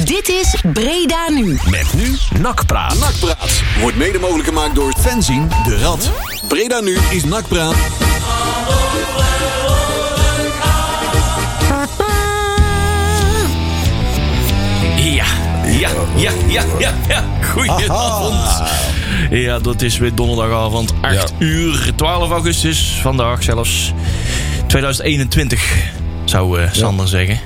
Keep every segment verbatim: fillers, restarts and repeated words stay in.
Dit is Breda Nu. Met nu Nakpraat. Nakpraat wordt mede mogelijk gemaakt door Fenzin de Rad. Breda Nu is Nakpraat. Ja, ja, ja, ja, ja, ja. Goedenavond. Ja, dat is weer donderdagavond, acht ja. uur, twaalf augustus, vandaag zelfs. tweeduizend eenentwintig, zou uh, Sander ja. zeggen.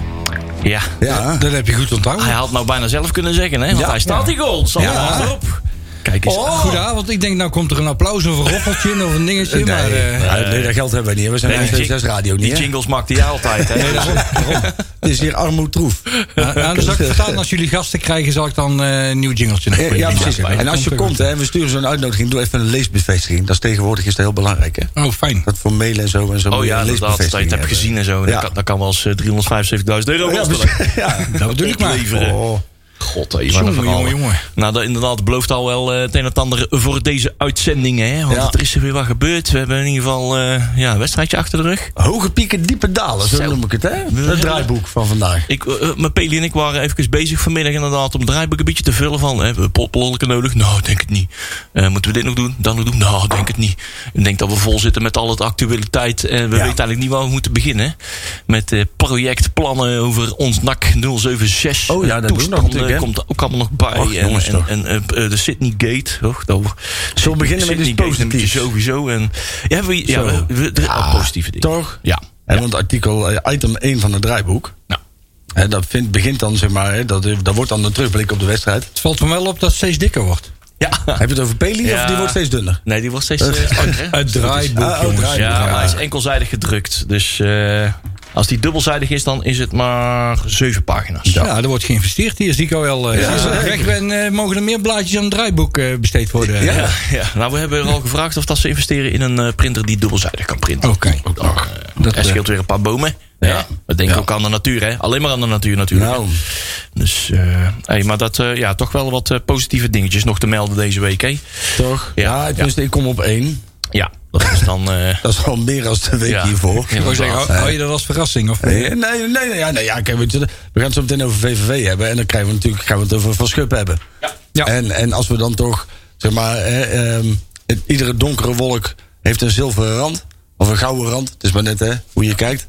Ja. ja, dat heb je goed onthouden. Hij had nou bijna zelf kunnen zeggen, hè? Want ja. hij staat die goal. Sander, ja. erop. Kijk eens. Oh, goedenavond. Ik denk, nou komt er een applaus of een roffeltje of een dingetje. Nee, maar, uh, ja, nee, dat geld hebben we niet. We zijn nee, jing- radio niet. Die hè? jingles maakt hij altijd. Hè? Nee, daarom, daarom. Het is hier armoedtroef. Ja, nou, dan zal ik vertellen, als jullie gasten krijgen, zal ik dan uh, een nieuw jingletje Ja, ja, precies. En als je komt, hè, we sturen zo'n uitnodiging, doe even een leesbevestiging. Dat is tegenwoordig is dat heel belangrijk. Hè? Oh, fijn. Dat voor mailen en zo. En zo oh ja, dat dat je het hebt gezien en zo. Ja. Dat, kan, dat kan wel eens driehonderdvijfenzeventigduizend euro kosten. Ja, ja, dat bedoel ik maar. Oh. God, hé, jongen, jongen, jongen. Nou, dat inderdaad belooft al wel uh, het een en het ander voor deze uitzending. Hè? Want ja. er is er weer wat gebeurd. We hebben in ieder geval uh, ja, een wedstrijdje achter de rug. Hoge pieken, diepe dalen, zo, zo. noem ik het. Hè? Het draaiboek van vandaag. Ik, uh, mijn Peli en ik waren even bezig vanmiddag inderdaad om het draaiboek een beetje te vullen van. Hebben we potpolken nodig? Nou, denk het niet. Uh, moeten we dit nog doen? Dan nog doen? Nou, denk het niet. Ik denk dat we vol zitten met al het actualiteit. En we ja. weten eigenlijk niet waar we moeten beginnen. Met uh, projectplannen over ons N A C nul zeven zes. Oh ja, dat doen we nog natuurlijk. Komt ook allemaal nog bij. Och, en en, en uh, de Sydney Gate. Och, dat, Zo beginnen met iets positiefs. Sowieso. En, ja, we, ja, we, we, we, ja, positieve dingen. Toch? Ja. En ja. want artikel, uh, item één van het draaiboek. Ja. Hè, dat vindt, begint dan, zeg maar, hè, dat, dat wordt dan een terugblik op de wedstrijd. Het valt me wel op dat het steeds dikker wordt. Ja. Heb je het over Peli ja. of die wordt steeds dunner? Nee, die wordt steeds uh, sterker. Het draaiboek, ah, oh, draaiboek. Ja, maar hij is enkelzijdig gedrukt. Dus uh, als die dubbelzijdig is, dan is het maar zeven pagina's. Ja, ja er wordt geïnvesteerd hier, zie ik al wel. Uh, ja, als ik weg ben, uh, mogen er meer blaadjes aan het draaiboek uh, besteed worden. Ja, ja, ja. Nou, we hebben er al gevraagd of dat ze investeren in een uh, printer die dubbelzijdig kan printen. Oké. Okay. Uh, dat er scheelt uh, weer een paar bomen. Ja. Ja, we denken ja. ook aan de natuur, hè? Alleen maar aan de natuur natuurlijk. Nou. Dus, uh, hey, maar dat, uh, ja, toch wel wat uh, positieve dingetjes nog te melden deze week, hè? Toch? Ja, ja, tenminste, ja. ik kom op één. Ja, dat is dan... Uh... dat is gewoon meer dan de week ja. hiervoor. Ik wou zeggen, hou, hou je dat als verrassing? Of? Nee, nee, nee, nee, ja, nee ja, kijk, we gaan het zo meteen over V V V hebben. En dan krijgen we natuurlijk, gaan we het over Van Schuppen hebben. Ja. Ja. En, en als we dan toch, zeg maar, eh, eh, iedere donkere wolk heeft een zilveren rand. Of een gouden rand. Het is maar net hè, hoe je kijkt.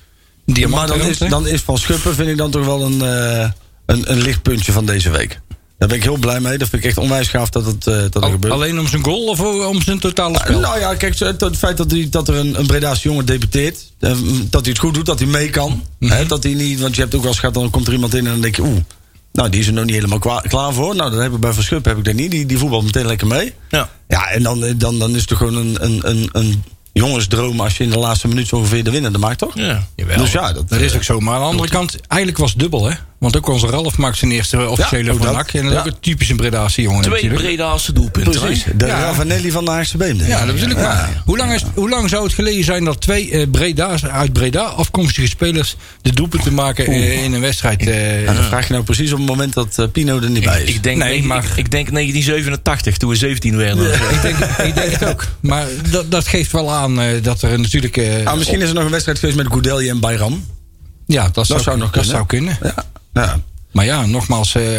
Maar dan is, dan is Van Schuppen, vind ik dan toch wel een, uh, een, een lichtpuntje van deze week. Daar ben ik heel blij mee. Dat vind ik echt onwijs gaaf dat het, uh, dat er Al, gebeurt. Alleen om zijn goal of om zijn totale spel? Uh, nou ja, kijk, het, het feit dat, hij, dat er een, een Breda's jongen debuteert. Uh, dat hij het goed doet, dat hij mee kan. Mm-hmm. Hè, dat hij niet, want je hebt ook wel eens gehad, dan komt er iemand in en dan denk je, oeh, nou die is er nog niet helemaal kwa- klaar voor. Nou, dat heb ik bij Van Schuppen, heb ik dat niet. Die, die voetbalt meteen lekker mee. Ja, ja en dan, dan, dan is het gewoon een... een, een, een jongensdroom als je in de laatste minuut zo ongeveer de winnende maakt, toch? Ja, jawel. Dus ja, dat, dat is ook zo. Maar aan de andere kant, eigenlijk was het dubbel, hè? Want ook onze Ralf maakt zijn eerste officiële ja, van N A C. En dat is ja. ook een typische Bredaanse jongen. Twee natuurlijk. Bredaanse doelpunten. Precies. De ja. Ravanelli van de Haagse Beemde. Ja, dat bedoel ik maar. Ja. Hoe, lang is, hoe lang zou het geleden zijn dat twee uh, Breda's uit Breda afkomstige spelers de doelpunten maken uh, in een wedstrijd? Uh, ja, dan vraag je nou precies op het moment dat uh, Pino er niet bij is. Ik, ik, denk, nee, maar, ik, ik denk negentien zevenentachtig, toen we zeventien werden. Ja. ik, denk, ik denk het ook. Maar dat, dat geeft wel aan uh, dat er natuurlijk... Uh, ah, misschien is er nog een wedstrijd geweest met Goudelje en Bayram. Ja, dat, dat zou, zou nog kunnen. Dat zou kunnen. Ja. Ja. Maar ja, nogmaals, uh,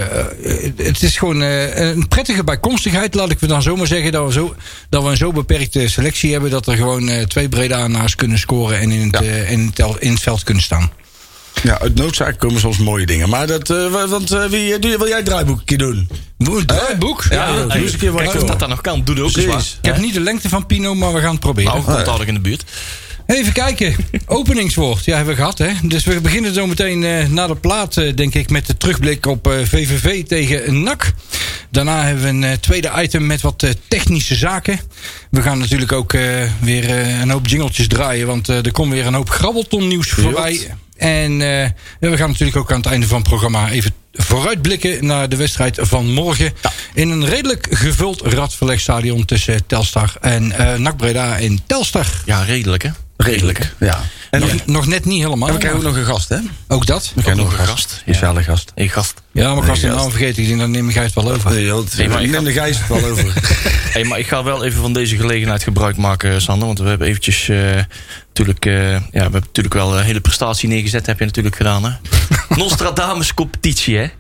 het is gewoon uh, een prettige bijkomstigheid, laat ik me dan zomaar zeggen, dat we, zo, dat we een zo beperkte selectie hebben, dat er gewoon uh, twee Breda's kunnen scoren en in het, ja. uh, in, het, in het veld kunnen staan. Ja, uit noodzaak komen soms mooie dingen. Maar dat, uh, want uh, wie, doe, wil jij het draaiboekje doen? Een draaiboek? Ja, ja, ja, eens een keer wat kijk of dat dan nog kan, doe ook eens maar. Ik heb niet de lengte van Pino, maar we gaan het proberen. Nou, komt aardig in de buurt. Even kijken. Openingswoord. Ja, hebben we gehad, hè? Dus we beginnen zo meteen uh, na de plaat, uh, denk ik, met de terugblik op uh, V V V tegen N A C. Daarna hebben we een uh, tweede item met wat uh, technische zaken. We gaan natuurlijk ook uh, weer uh, een hoop jingeltjes draaien, want uh, er komt weer een hoop grabbelton nieuws voorbij. En uh, we gaan natuurlijk ook aan het einde van het programma even vooruitblikken naar de wedstrijd van morgen. Ja. In een redelijk gevuld Radverlegstadion tussen Telstar en uh, N A C Breda in Telstar. Ja, redelijk hè? Redelijk, ja. En nog, ja. nog net niet helemaal. En we krijgen ook nog een gast, hè? Ook dat? We krijgen nog een een gast. gast. Speciale gast. Een gast. Ja, maar gast en naam vergeet ik. Dan neem ik het wel over. Nee, joh, hey, maar ik neem de Gijs het wel over. Hey, maar ik ga wel even van deze gelegenheid gebruik maken, Sander. Want we hebben eventjes... Uh, natuurlijk, uh, ja, we hebben natuurlijk wel een hele prestatie neergezet. Heb je natuurlijk gedaan, hè? Nostradamus competitie, hè?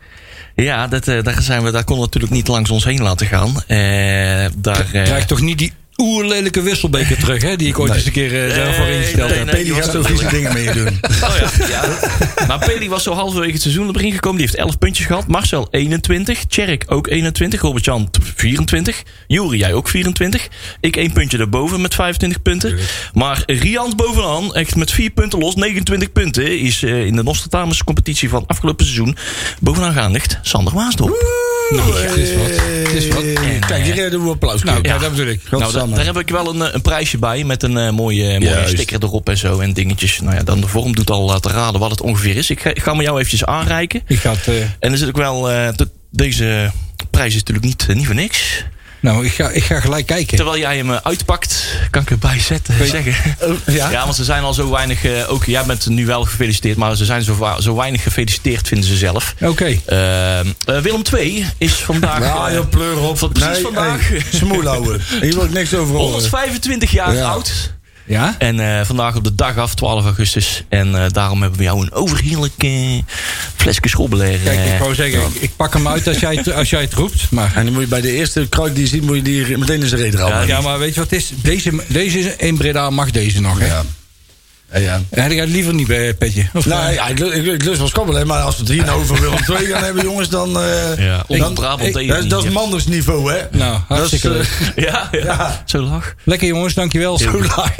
Ja, dat, uh, daar, zijn we, daar kon natuurlijk niet langs ons heen laten gaan. Uh, daar, uh, Krijg toch niet die oerlelijke wisselbeker terug, hè? Die ik ooit nee. eens een keer uh, zelf voor ingesteld nee, heb. nee, Peli gaat zo vieze dingen mee doen. Oh ja, ja. Maar Peli was zo halverwege het seizoen erin gekomen. Die heeft elf puntjes gehad. Marcel eenentwintig. Tjerk ook eenentwintig. Robert-Jan vierentwintig. Juri, jij ook vierentwintig. Ik één puntje daarboven met vijfentwintig punten. Maar Rian bovenaan, echt met vier punten los, negenentwintig punten... is uh, in de Nostradamus competitie van afgelopen seizoen bovenaan geëindigd. Sander Waasdorp. Nou, het is wat. Het is wat. En, Kijk, hier doen we applaus. Nou, ja, ja, dat bedoel ik. Nou, da- daar heb ik wel een, een prijsje bij met een uh, mooie, mooie sticker erop en zo en dingetjes. Nou ja, dan de vorm doet al laten raden wat het ongeveer is. Ik ga, ik ga me jou eventjes aanreiken. Ik ga het, uh... En er zit ook wel, uh, de, deze prijs is natuurlijk niet, uh, niet voor niks. Nou, ik ga, ik ga gelijk kijken. Terwijl jij hem uitpakt, kan ik erbij zetten, Weet, zeggen. Uh, ja? ja, want ze zijn al zo weinig... Uh, ook jij bent nu wel gefeliciteerd, maar ze zijn zo, zo weinig gefeliciteerd, vinden ze zelf. Oké. Okay. Uh, uh, Willem twee is vandaag... Ja, joh, pleur op. Van precies nee, vandaag. Hey, smoelhouden. Hier wil ik niks over horen. honderdvijfentwintig jaar ja. oud. Ja? En uh, vandaag op de dag af, twaalf augustus. En uh, daarom hebben we jou een overheerlijk uh, flesje schrobbelair. Uh, Kijk, ik wou zeggen, ja. ik, ik pak hem uit als jij het, als jij het roept. Maar... En dan moet je bij de eerste kruik die je ziet, moet je die meteen in zijn reet rammen. Ja, ja, maar weet je wat het is? Deze, deze in Breda mag deze nog, hè? Ja. Ja, ja. Ja, die gaat liever niet bij Petje. Of nou, ja, ik, ik, ik lust wel schrobbelen, maar als we het hier nou over Willem twee gaan hebben, jongens, dan... Uh, ja, dan Brabant ik, dat, dat is mandersniveau, hè? Nou, hartstikke leuk. Uh, ja, ja, ja, zo laag. Lekker jongens, dankjewel. Zo laag.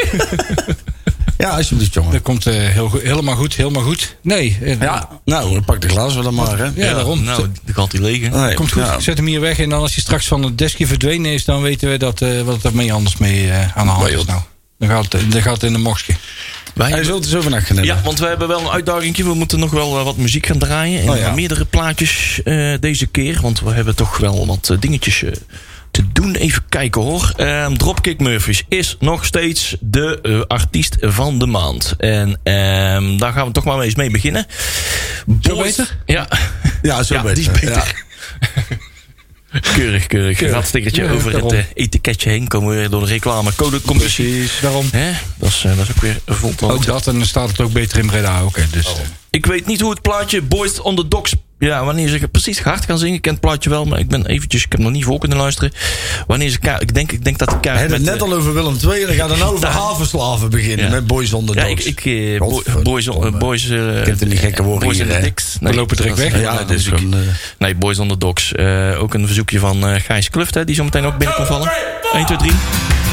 Ja, alsjeblieft, jongen. Dat komt uh, heel goed, helemaal goed, helemaal goed. Nee. Uh, ja, nou, pak de glazen dan maar, hè. Ja, ja daarom. Nou, dan gaat hij leeg, nee, komt goed, ja. Ik zet hem hier weg. En dan als hij straks van het deskje verdwenen is, dan weten we dat, uh, wat er mee anders mee uh, aan de hand is. Nou, dan gaat, dan gaat het in de mokje. Wij Hij zult er zo vannacht gaan hebben. Ja, want we hebben wel een uitdaging. We moeten nog wel uh, wat muziek gaan draaien. En oh, ja. meerdere plaatjes uh, deze keer. Want we hebben toch wel wat uh, dingetjes... Uh, te doen. Even kijken hoor. Um, Dropkick Murphys is nog steeds de uh, artiest van de maand. En um, daar gaan we toch maar eens mee beginnen. Zo Boys, beter? Ja. Ja, zo ja, beter. Die is beter. Ja. Keurig, keurig. Keurig. Gaat stickertje ja, over daarom. Het uh, etiketje heen. Komen we weer door de reclame. Code Precies, daarom. Hè? Dat, is, uh, dat is ook weer vol. Ook dat, en dan staat het ook beter in Breda ook. Hè, dus, oh. uh. Ik weet niet hoe het plaatje Boys on the Docks... Ja, wanneer ze precies hard gaan zingen. Ik ken het plaatje wel, maar ik ben eventjes... Ik heb nog niet voor kunnen luisteren. Wanneer ze... Ik denk, ik denk dat de kaart... Hij had het net de, al over Willem twee. En dan gaat er nou over ja. havenslaven beginnen. Ja. Met Boys on the Docks. Ja, ik... ik uh, bo, boys on... Uh, boys... Uh, ik heb het niet gekke woorden Boys hier, on the Dicks. Nee, we lopen direct weg. Ja, ja, dat is gewoon... Uh, nee, Boys on the Docks. Uh, ook een verzoekje van uh, Gijs Kluft, hè, die zo meteen ook binnen kon vallen. één, twee, drie.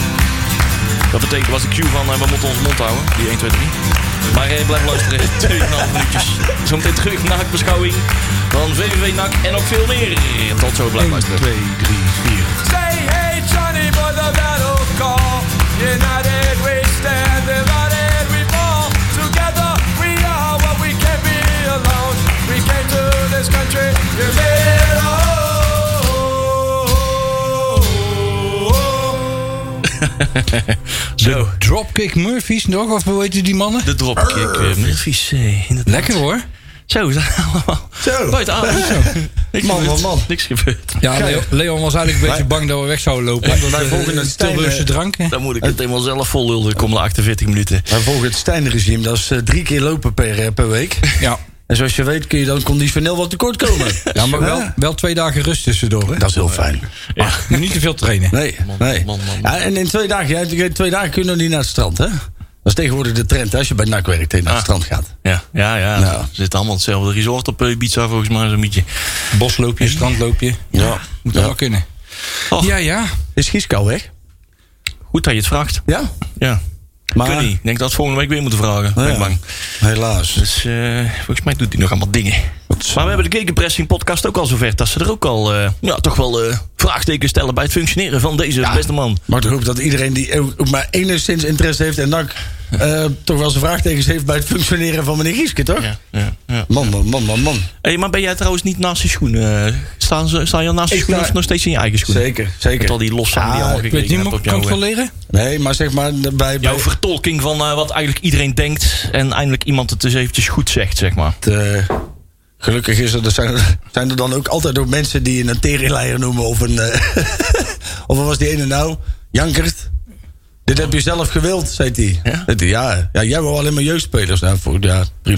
Dat betekent, was de cue van... Uh, we moeten onze mond houden. Die één, twee, drie. Maar eh, blijf luisteren. twee komma vijf minuutjes. Zometeen terug naar de beschouwing van V V V N A C en nog veel meer. Tot zo, blijf luisteren. twee, drie, vier. Say hey Johnny, for the battle call. United we stand, divided we fall. Together we are what we can't be alone. We came to this country, you made it home. De Dropkick Murphys nog, of hoe heet u die mannen? De Dropkick uh, Murphys. Uh, Lekker hoor. Zo, zijn allemaal. Zo. Buiten adem. Niks man, man, man. Niks gebeurd. Ja, Leo, Leon was eigenlijk een beetje bang dat we weg zouden lopen. Ja, wij volgen het Tilburgse drank. Dan moet ik het helemaal zelf vol lullen de komende achtenveertig minuten. Wij volgen het Stijn-regime. Dat is uh, drie keer lopen per, uh, per week. Ja. En zoals je weet kun je dan conditioneel wat tekort komen. Ja, maar wel, wel twee dagen rust tussendoor. Hè? Dat is heel fijn. Ja. Maar niet te veel trainen. Nee, nee. Man, man, man. Ja, en in twee dagen, ja, twee dagen kun je nog niet naar het strand, hè? Dat is tegenwoordig de trend, hè, als je bij N A C werkt en naar het ah. strand gaat. Ja, ja, ja. Nou. Er zit allemaal hetzelfde resort op Ibiza, volgens mij, zo'n beetje. Bosloopje, strandloopje. Ja. Moet dat ja. wel kunnen. Oh. Ja, ja. Is Gieskou weg? Goed dat je het vraagt. Ja? Ja. Maar, ik weet niet. Ik denk dat we volgende week weer moeten vragen. Ben ik ja. bang. Helaas. Dus uh, volgens mij doet hij nog allemaal dingen. Wat maar we hebben de Gegenpressing podcast ook al zover dat ze er ook al uh, ja, toch wel uh, vraagtekens stellen bij het functioneren van deze ja, beste man. Maar ik hoop dat iedereen die ook maar enigszins interesse heeft en N A C uh, toch wel zijn vraagtekens heeft bij het functioneren van meneer Gieske, toch? Ja, ja, ja. Man, man, man, man, man. Hey, maar ben jij trouwens niet naast je schoenen? Staan ze, sta je naast je schoenen sta... of nog steeds in je eigen schoenen? Zeker, zeker. Met al die losse ah, die allemaal gekregen hebt op jou. Controleren? Nee, maar zeg maar bij... bij... Jouw vertolking van uh, wat eigenlijk iedereen denkt en eindelijk iemand het dus eventjes goed zegt, zeg maar. De... Gelukkig is er, er zijn, er, zijn er dan ook altijd ook mensen die een teringleier noemen of een... Uh, of wat was die ene nou? Jankert. Dit heb je zelf gewild, zei hij. Ja? Ja, ja, jij wou alleen maar jeugdspelers. Nou, voor, ja, prima.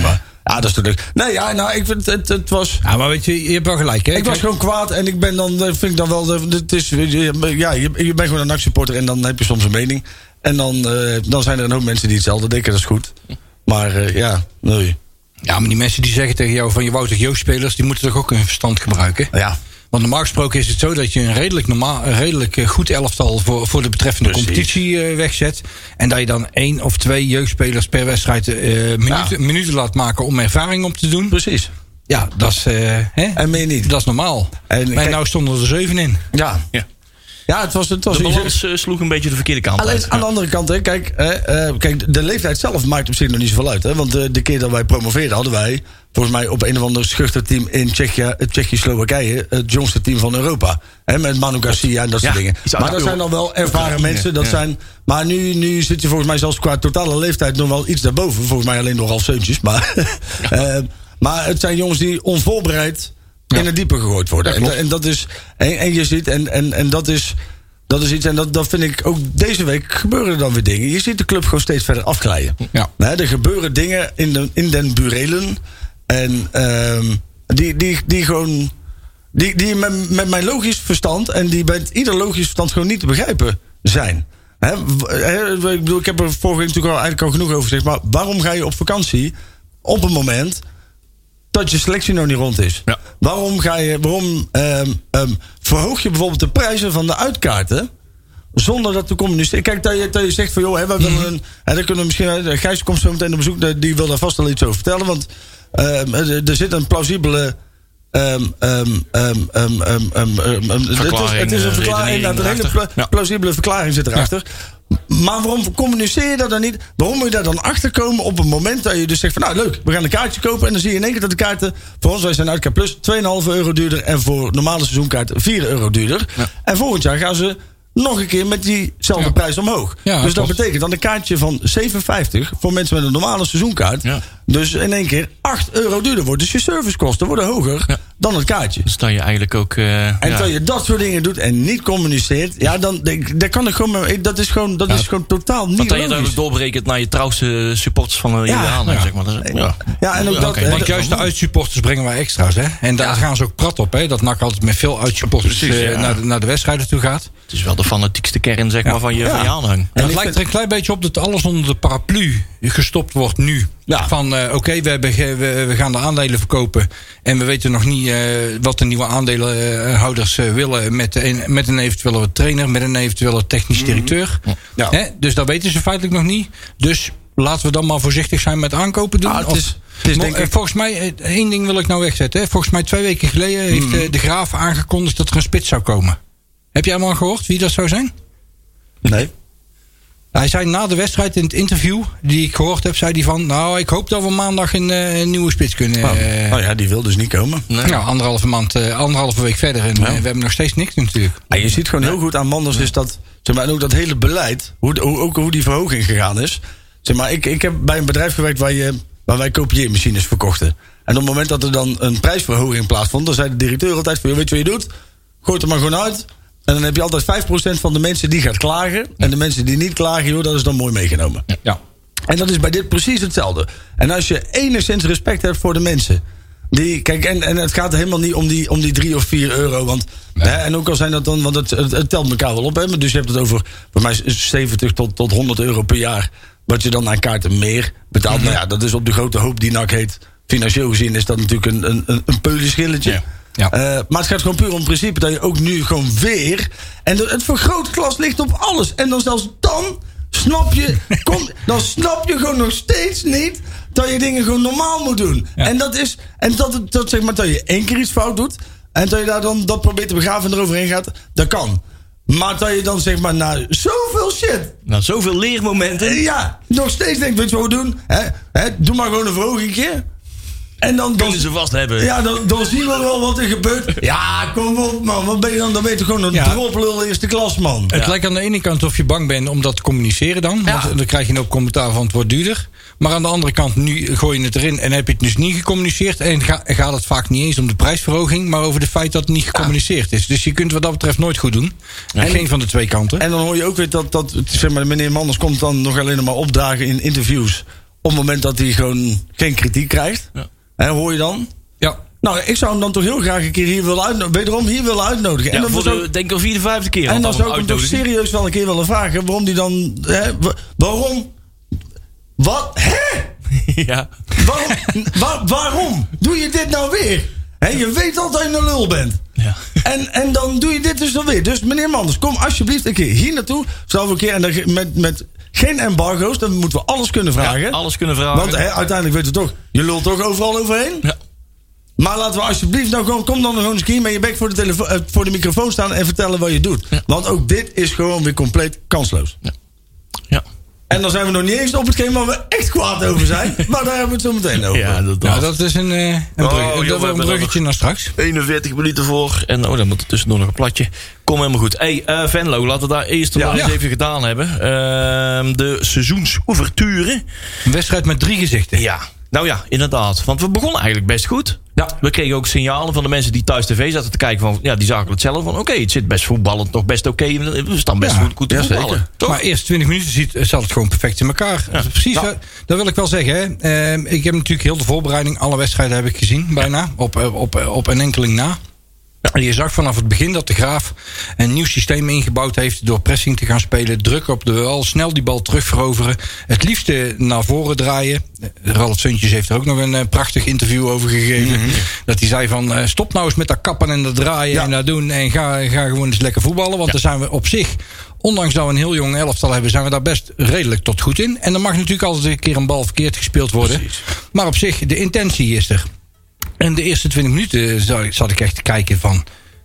Ja, dat is toch leuk. Nee, ja, nou, ik vind het, het, het was... Ja, maar weet je, je hebt wel gelijk, hè? Ik was gewoon kwaad en ik ben dan, dat vind ik dan wel, het is, ja, je, je bent gewoon een N A C-supporter en dan heb je soms een mening. En dan, uh, dan zijn er een hoop mensen die hetzelfde denken, dat is goed. Maar uh, ja, nee. Ja, maar die mensen die zeggen tegen jou van je wou toch jeugdspelers, die moeten toch ook hun verstand gebruiken? Ja. Want normaal gesproken is het zo dat je een redelijk, normaal, een redelijk goed elftal voor, voor de betreffende Precies. competitie uh, wegzet. En dat je dan één of twee jeugdspelers per wedstrijd uh, minuten, Ja. minuten laat maken om ervaring op te doen. Precies. Ja, dat is, uh, hè? En meer niet. Dat is normaal. En Maar kijk- nou stonden er zeven in. Ja. Ja. Ja, het was... Het was De balans uh, sloeg een beetje de verkeerde kant Alleen uit. aan de andere kant, hè, kijk, eh, eh, kijk, de leeftijd zelf maakt op zich nog niet zoveel uit. Hè, want uh, de keer dat wij promoveerden hadden wij, volgens mij op een of ander schuchter team in Tsjechië, Tsjechië-Slowakije, het jongste team van Europa. Hè, met Manu Garcia en dat soort Ja, dingen. iets Maar dat ouder. zijn dan wel ervaren mensen. Dat Ja. zijn, maar nu, nu zit je volgens mij zelfs qua totale leeftijd nog wel iets daarboven. Volgens mij alleen nog half zeuntjes. Maar, eh, maar het zijn jongens die onvoorbereid in het diepe gegooid worden. En, en dat is, en, en je ziet, en, en, en dat is... Dat is iets, en dat, dat vind ik ook deze week gebeuren er dan weer dingen. Je ziet de club gewoon steeds verder afglijden. Ja. Nee, er gebeuren dingen in, de, in den burelen. En um, die, die, die gewoon. Die, die met, met mijn logisch verstand. En die met ieder logisch verstand gewoon niet te begrijpen zijn. Hè, he, ik bedoel, ik heb er vorige week natuurlijk al, eigenlijk al genoeg over gezegd. Maar waarom ga je op vakantie op een moment dat je selectie nog niet rond is? Ja. Waarom ga je, waarom um, um, verhoog je bijvoorbeeld de prijzen van de uitkaarten zonder dat te communiceren? Kijk, dat je, dat je zegt van joh, hè, we willen een, hè, dan kunnen we misschien, Gijs komt zo meteen op bezoek, die wil daar vast wel iets over vertellen, want um, er, er zit een plausibele Um, um, um, um, um, um, um, um, Verklaring, het, is, het is een uh, verklaring, redenering een hele erachter. pla- Ja. plausibele verklaring zit erachter. Maar waarom communiceer je dat dan niet? Waarom moet je daar dan achter komen op een moment dat je dus zegt van nou leuk, we gaan een kaartje kopen en dan zie je in één keer dat de kaarten voor ons, wij zijn Uitkaart Plus, twee komma vijf euro duurder en voor normale seizoenkaarten vier euro duurder. Ja. En volgend jaar gaan ze nog een keer met diezelfde Ja. prijs omhoog. Ja, dus dat klopt. betekent dan een kaartje van zeven vijftig voor mensen met een normale seizoenkaart. Ja. Dus in één keer acht euro duurder wordt. Dus je servicekosten worden hoger Ja. dan het kaartje. Dus dat je eigenlijk ook... Uh, En ja. terwijl je dat soort dingen doet en niet communiceert, ja, dan dat kan ik gewoon. maar- Dat is gewoon, dat Ja. is gewoon totaal niet Want dat je dan ook logisch. doorbrekent naar je trouwste supporters van uh, Ja, jullie aan, ja. zeg maar. Dat is, ja. Ja, en ook dat. Oké, hè, Want dat- juist de uitsupporters brengen wij extra's, hè? En daar Ja. gaan ze ook prat op, hè? Dat N A C altijd met veel uitsupporters Precies, uh, ja. naar, de, naar de wedstrijden toe gaat. Het is wel de fanatiekste kern, zeg maar, van je, Ja. van je aanhang. En ik het lijkt vind- er een klein beetje op dat alles onder de paraplu gestopt wordt nu. Ja. Van uh, oké, okay, we, hebben ge- we, we gaan de aandelen verkopen. En we weten nog niet uh, wat de nieuwe aandeelhouders uh, willen met een, met een eventuele trainer, met een eventuele technisch directeur. Ja. Hè? Dus dat weten ze feitelijk nog niet. Dus laten we dan maar voorzichtig zijn met aankopen doen. Ah, het Of- is- het is Mo- denk eh, ik- Volgens mij, eh, één ding wil ik nou wegzetten. Hè? Volgens mij twee weken geleden heeft uh, de Graaf aangekondigd dat er een spits zou komen. Heb jij hem al gehoord wie dat zou zijn? Nee. Hij zei na de wedstrijd in het interview die ik gehoord heb, zei hij van, nou, ik hoop dat we maandag een, uh, een nieuwe spits kunnen. Oh, Uh, nou ja, die wil dus niet komen. Nee. nou, anderhalve maand, uh, anderhalve week verder en uh, we hebben nog steeds niks natuurlijk. En je ziet gewoon heel goed aan Manders is dat, zeg maar, en ook dat hele beleid, hoe, hoe, ook hoe die verhoging gegaan is. Zeg maar, ik, ik heb bij een bedrijf gewerkt waar, je, waar wij kopieermachines verkochten. En op het moment dat er dan een prijsverhoging plaatsvond, dan zei de directeur altijd van, weet je wat je doet? Gooi het er maar gewoon uit. En dan heb je altijd vijf procent van de mensen die gaat klagen. En de mensen die niet klagen, joh, dat is dan mooi meegenomen. Ja. En dat is bij dit precies hetzelfde. En als je enigszins respect hebt voor de mensen. Die, kijk, en, en het gaat helemaal niet om die, om die drie of vier euro. Want, hè, en ook al zijn dat dan, want het, het, het telt elkaar wel op. Hè, dus je hebt het over, voor mij zeventig tot, tot honderd euro per jaar. Wat je dan aan kaarten meer betaalt. Mm-hmm. Nou ja, dat is op de grote hoop die N A C heet. Financieel gezien is dat natuurlijk een, een, een, een peulenschilletje. Ja. Ja. Uh, maar het gaat gewoon puur om het principe dat je ook nu gewoon weer. En de, het vergrootglas ligt op alles. En dan zelfs dan snap je. kom, dan snap je gewoon nog steeds niet dat je dingen gewoon normaal moet doen. Ja. En dat is. En dat, het- dat zeg maar dat je één keer iets fout doet. En dat je daar dan dat probeert te begraven en eroverheen gaat. Dat kan. Maar dat je dan zeg maar na zoveel shit. Nou, zoveel leermomenten. eh, Ja, nog steeds denkt, weet je wat we doen? Hè? Hè? Doe maar gewoon een verhogingje. En dan, dan, Kunnen ze vast hebben. ja, dan, dan zien we wel wat er gebeurt. Ja, kom op man. Wat ben je dan? Dan ben je toch gewoon een Ja. droplul eerste klas, man. Het lijkt aan de ene kant of je bang bent om dat te communiceren dan. Ja. Want dan krijg je een hoop commentaar van het wordt duurder. Maar aan de andere kant, nu gooi je het erin en heb je het dus niet gecommuniceerd. En ga, gaat het vaak niet eens om de prijsverhoging, maar over het feit dat het niet gecommuniceerd is. Dus je kunt wat dat betreft nooit goed doen. En En- geen van de twee kanten. En dan hoor je ook weer dat, dat zeg maar, meneer Manders komt dan nog alleen nog maar opdagen in interviews. Op het moment dat hij gewoon geen kritiek krijgt. Ja. En hoor je dan? Ja. Nou, ik zou hem dan toch heel graag een keer hier willen uitnodigen. Wederom hier willen uitnodigen. Ja, en dan voor zou- de, denk ik al vierde, vijfde keer. En dan want zou ik hem toch uitnodigen. serieus wel een keer willen vragen. Waarom die dan... Hè, wa- waarom... Wat? Hè? Ja. Waarom, wa- waarom doe je dit nou weer? Hè, je weet al dat je een lul bent. Ja. En, en dan doe je dit dus dan weer. Dus meneer Manders, kom alsjeblieft een keer hier naartoe. Zou we een keer, en dan, met, met geen embargo's, dan moeten we alles kunnen vragen. Ja, alles kunnen vragen. Want hè, uiteindelijk weten we toch, je lult toch overal overheen. Ja. Maar laten we alsjeblieft nou gewoon, kom dan gewoon eens een keer met je bek voor de, telefo- eh, voor de microfoon staan en vertellen wat je doet. Ja. Want ook dit is gewoon weer compleet kansloos. Ja. En dan zijn we nog niet eens op hetgeen waar we echt kwaad over zijn. Maar daar hebben we het zo meteen over. Ja, dat, Nou, dat is een, eh, een, brug, joh, dat we is een hebben bruggetje naar straks. eenenveertig minuten voor. En oh, dan moet er tussendoor nog een platje. Kom helemaal goed. Hey, uh, Venlo, laten we daar eerst Ja. maar eens Ja. even gedaan hebben. Uh, de seizoensouverture. Een wedstrijd met drie gezichten. Ja, nou ja, inderdaad. Want we begonnen eigenlijk best goed. Ja. We kregen ook signalen van de mensen die thuis tv zaten te kijken. Van, ja, die zagen het zelf van, oké, okay, het zit best voetballend, nog best oké. Okay. We staan best Ja. goed, goed te Ja, voetballen. zeker. Toch? Maar eerst twintig minuten ziet, zat het gewoon perfect in elkaar. Precies, Ja. eh, dat wil ik wel zeggen. Hè. Eh, ik heb natuurlijk heel de voorbereiding, alle wedstrijden heb ik gezien, bijna. Op, eh, op, eh, op een enkeling na. En je zag vanaf het begin dat de Graaf een nieuw systeem ingebouwd heeft door pressing te gaan spelen, druk op de bal, snel die bal terugveroveren, het liefste naar voren draaien. Ralf Suntjes heeft er ook nog een uh, prachtig interview over gegeven. Mm-hmm. Dat hij zei van uh, stop nou eens met dat kappen en dat draaien Ja. en dat doen en ga, ga gewoon eens lekker voetballen. Want Ja. daar zijn we op zich, ondanks dat we een heel jong elftal hebben, zijn we daar best redelijk tot goed in. En er mag natuurlijk altijd een keer een bal verkeerd gespeeld worden. Precies. Maar op zich, de intentie is er. En de eerste twintig minuten zat ik- zat ik echt te kijken van,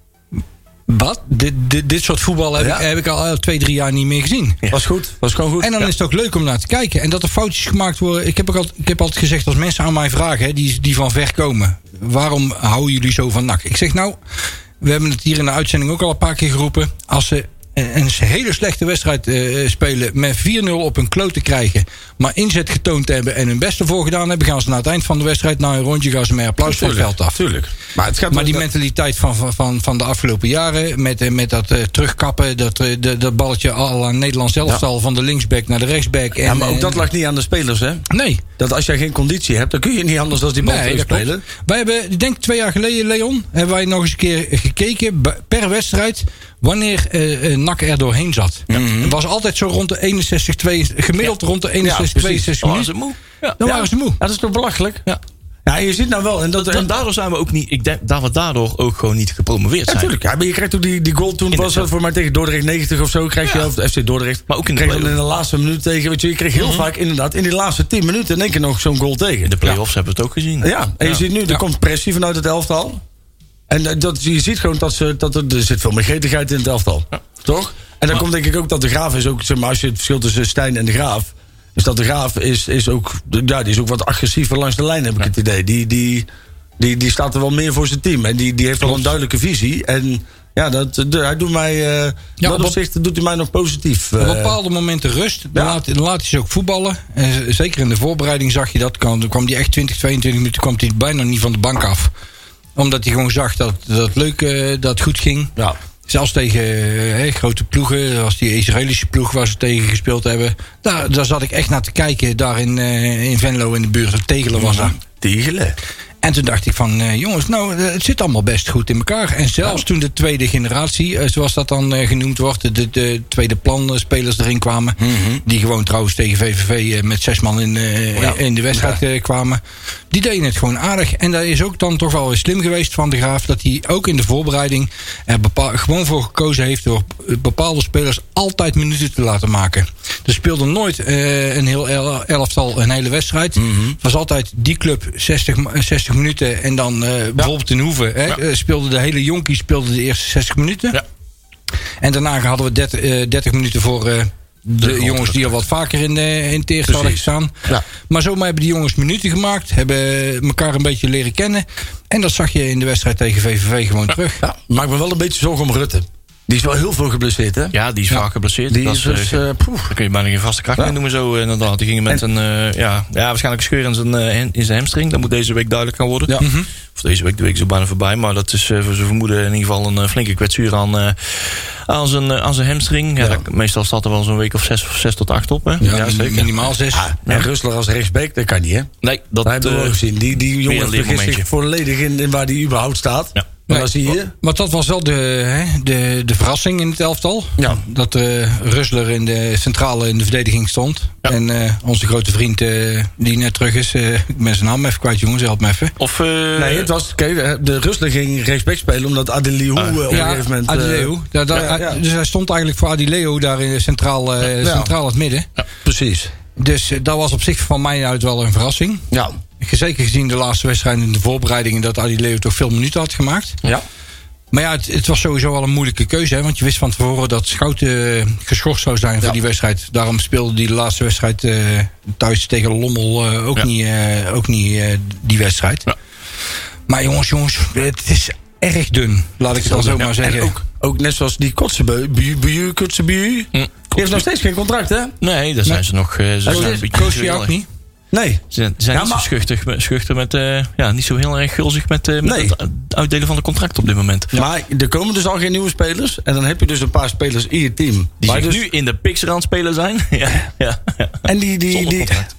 wat? Dit, dit, dit soort voetbal heb, Ja. ik, heb ik al twee, drie jaar niet meer gezien. Was goed. Was gewoon goed. En dan Ja. is het ook leuk om naar te kijken. En dat er foutjes gemaakt worden. Ik heb, ook altijd, ik heb altijd gezegd, als mensen aan mij vragen, hè, die, die van ver komen, waarom houden jullie zo van N A C? Ik zeg nou, we hebben het hier in de uitzending ook al een paar keer geroepen. Als ze een, een hele slechte wedstrijd uh, spelen, met vier nul op hun kloot te krijgen, maar inzet getoond hebben en hun beste voor gedaan hebben, gaan ze na het eind van de wedstrijd na een rondje gaan ze met applaus van het veld af. Tuurlijk. Maar, het gaat Maar om- die dat- mentaliteit van, van- van, van de afgelopen jaren, met, eh, met dat uh, terugkappen, dat, uh, de, dat balletje al aan Nederlands elftal van de linksback naar de rechtsback. En, Ja, maar ook en- dat lag niet aan de spelers, hè? Nee. Dat als jij geen conditie hebt, dan kun je niet anders dan die bal Nee, dat spelen. klopt. Wij hebben, ik denk twee jaar geleden, Leon, hebben wij nog eens een keer gekeken b- per wedstrijd wanneer uh, uh, N A C er doorheen zat. Het was altijd zo rond de eenenzestig, tweeënzestig, gemiddeld rond de eenenzestig, Ja, precies. tweeënzestig Dan waren ze minuten. moe. Ja. Dan Ja. waren ze moe. Ja, dat is toch belachelijk? Ja. Ja, en je ziet nou wel. En dat, En en, daardoor zijn we ook niet, ik denk dat we daardoor ook gewoon niet gepromoveerd ja, zijn. natuurlijk. Ja, maar je krijgt ook die, die goal toen, In de- was dat voor mij tegen Dordrecht negentig of zo, krijg je, Ja. of F C Dordrecht. Maar ook in de krijg je dan in play-off. de laatste minuut tegen, weet je, je kreeg heel vaak inderdaad in die laatste tien minuten in één keer nog zo'n goal tegen. In de play-offs hebben we het ook gezien. Ja, en je ziet nu, er Ja. komt pressie vanuit het elftal. En eh, dat, je ziet gewoon dat, ze, dat er, er zit veel meer gretigheid in het elftal. Ja. Toch? En dan komt denk ik ook dat de Graaf is ook, zeg maar, als je het verschil tussen Stijn en de Graaf, is dat de Graaf is, is ook, ja, die is ook wat agressiever langs de lijn, heb ik Ja. het idee. Die, die, die, die staat er wel meer voor zijn team. En die, die heeft wel een duidelijke visie. En ja, dat, de, hij doet mij, uh, Ja, dat op- opzicht doet hij mij nog positief. Op eh. bepaalde momenten rust. Dan, Ja. laat, dan laat hij ze ook voetballen. En zeker in de voorbereiding zag je dat. Dan kwam hij echt twintig, tweeëntwintig minuten kwam hij bijna niet van de bank af. Omdat hij gewoon zag dat dat het leuk, eh, dat het goed ging. Ja. Zelfs tegen eh, grote ploegen, als die Israëlische ploeg waar ze tegen gespeeld hebben. Daar, daar zat ik echt naar te kijken, daar in, eh, in Venlo in de buurt. Tegelen was dat. Tegelen. En toen dacht ik van, eh, jongens, nou, eh, het zit allemaal best goed in elkaar. En zelfs toen de tweede generatie, eh, zoals dat dan eh, genoemd wordt, de, de tweede plan spelers erin kwamen. Die gewoon trouwens tegen V V V eh, met zes man in, eh, Ja. in de wedstrijd eh, kwamen. Die deden het gewoon aardig. En dat is ook dan toch wel weer slim geweest van de Graaf, dat hij ook in de voorbereiding er bepaal, gewoon voor gekozen heeft door bepaalde spelers altijd minuten te laten maken. Er speelde nooit eh, een heel el- elftal een hele wedstrijd. Het was altijd die club zestig, ma- zestig minuten en dan eh, bijvoorbeeld in Hoeve hè, Ja. eh, speelde de hele jonkies speelde de eerste zestig minuten. Ja. En daarna hadden we dertig, eh, dertig minuten voor eh, de, grote jongens die al wat vaker in, de, in het eerste hadden Precies. gestaan. Ja. Maar zomaar hebben die jongens minuten gemaakt, hebben elkaar een beetje leren kennen. En dat zag je in de wedstrijd tegen V V V gewoon terug. Ja, maak me wel een beetje zorgen om Rutte. Die is wel heel veel geblesseerd, hè? Ja, die is vaak geblesseerd. Die dat is dus... uh, Uh, poef. daar kun je bijna geen vaste kracht Ja. meer noemen zo, uh, inderdaad. Die gingen met En- een, uh, ja, ja, waarschijnlijk een scheur in zijn, uh, in zijn hamstring. Dat moet deze week duidelijk gaan worden. Ja. Mm-hmm. Of deze week, de week is er bijna voorbij. Maar dat is uh, voor zijn vermoeden in ieder geval een uh, flinke kwetsuur aan, uh, aan, zijn, uh, aan zijn hamstring. Ja, Ja. dat- meestal staat er wel zo'n week of zes, of zes tot acht op. Hè? Ja, minimaal zes. Ah, en Rustler als rechtsback, dat kan niet, hè? Nee, dat Dat hebben we uh, ook gezien. Die, die weer jongen een vergist leermomentje. zich volledig in, in waar die überhaupt staat. Ja. Maar Nee. dan zie je... Want dat was wel de, hè, de, de verrassing in het elftal. Ja. Dat uh, Rustler in de centrale in de verdediging stond. Ja. En uh, onze grote vriend uh, die net terug is. Uh, ik ben zijn naam even kwijt, jongens. Help me even. Of, uh, Nee, het was... Kijk, de- de Rustler ging rechtsback spelen omdat Adeliou Ah, uh, op een gegeven moment... uh, Adileo. Daar- daar- ja, ja. Dus hij stond eigenlijk voor Adileo daar in centraal, uh, Ja. centraal het midden. Precies. Dus uh, dat was op zich van mij uit wel een verrassing. Ja. Zeker gezien de laatste wedstrijd in de voorbereidingen dat Adileo toch veel minuten had gemaakt. Ja. Maar ja, het, het was sowieso wel een moeilijke keuze. Hè, want je wist van tevoren dat Schouten uh, geschorst zou zijn voor Ja. die wedstrijd. Daarom speelde die de laatste wedstrijd uh, thuis tegen Lommel uh, ook Ja. niet, uh, ook niet uh, die wedstrijd. Ja. Maar jongens, jongens, het is erg dun. Laat ik het dan zo maar zeggen. En ook, ook net zoals die Kotzebue, Bu- Bu- Kotzebue, die heeft nog steeds geen contract, hè? Nee, daar zijn ze nog. Uh, ze zijn een beetje Koos niet zo je heel ook erg- niet? Nee. Ze zijn, zijn Ja, niet zo maar- schuchter, schuchter met, uh, ja, niet zo heel erg gulzig met, uh, met Nee. het uitdelen van de contract op dit moment. Maar er komen dus al geen nieuwe spelers. En dan heb je dus een paar spelers in je team. Die Maar zich dus, nu in de Pixar aan het spelen zijn. ja, ja, ja. en die... die, Zonder die contract.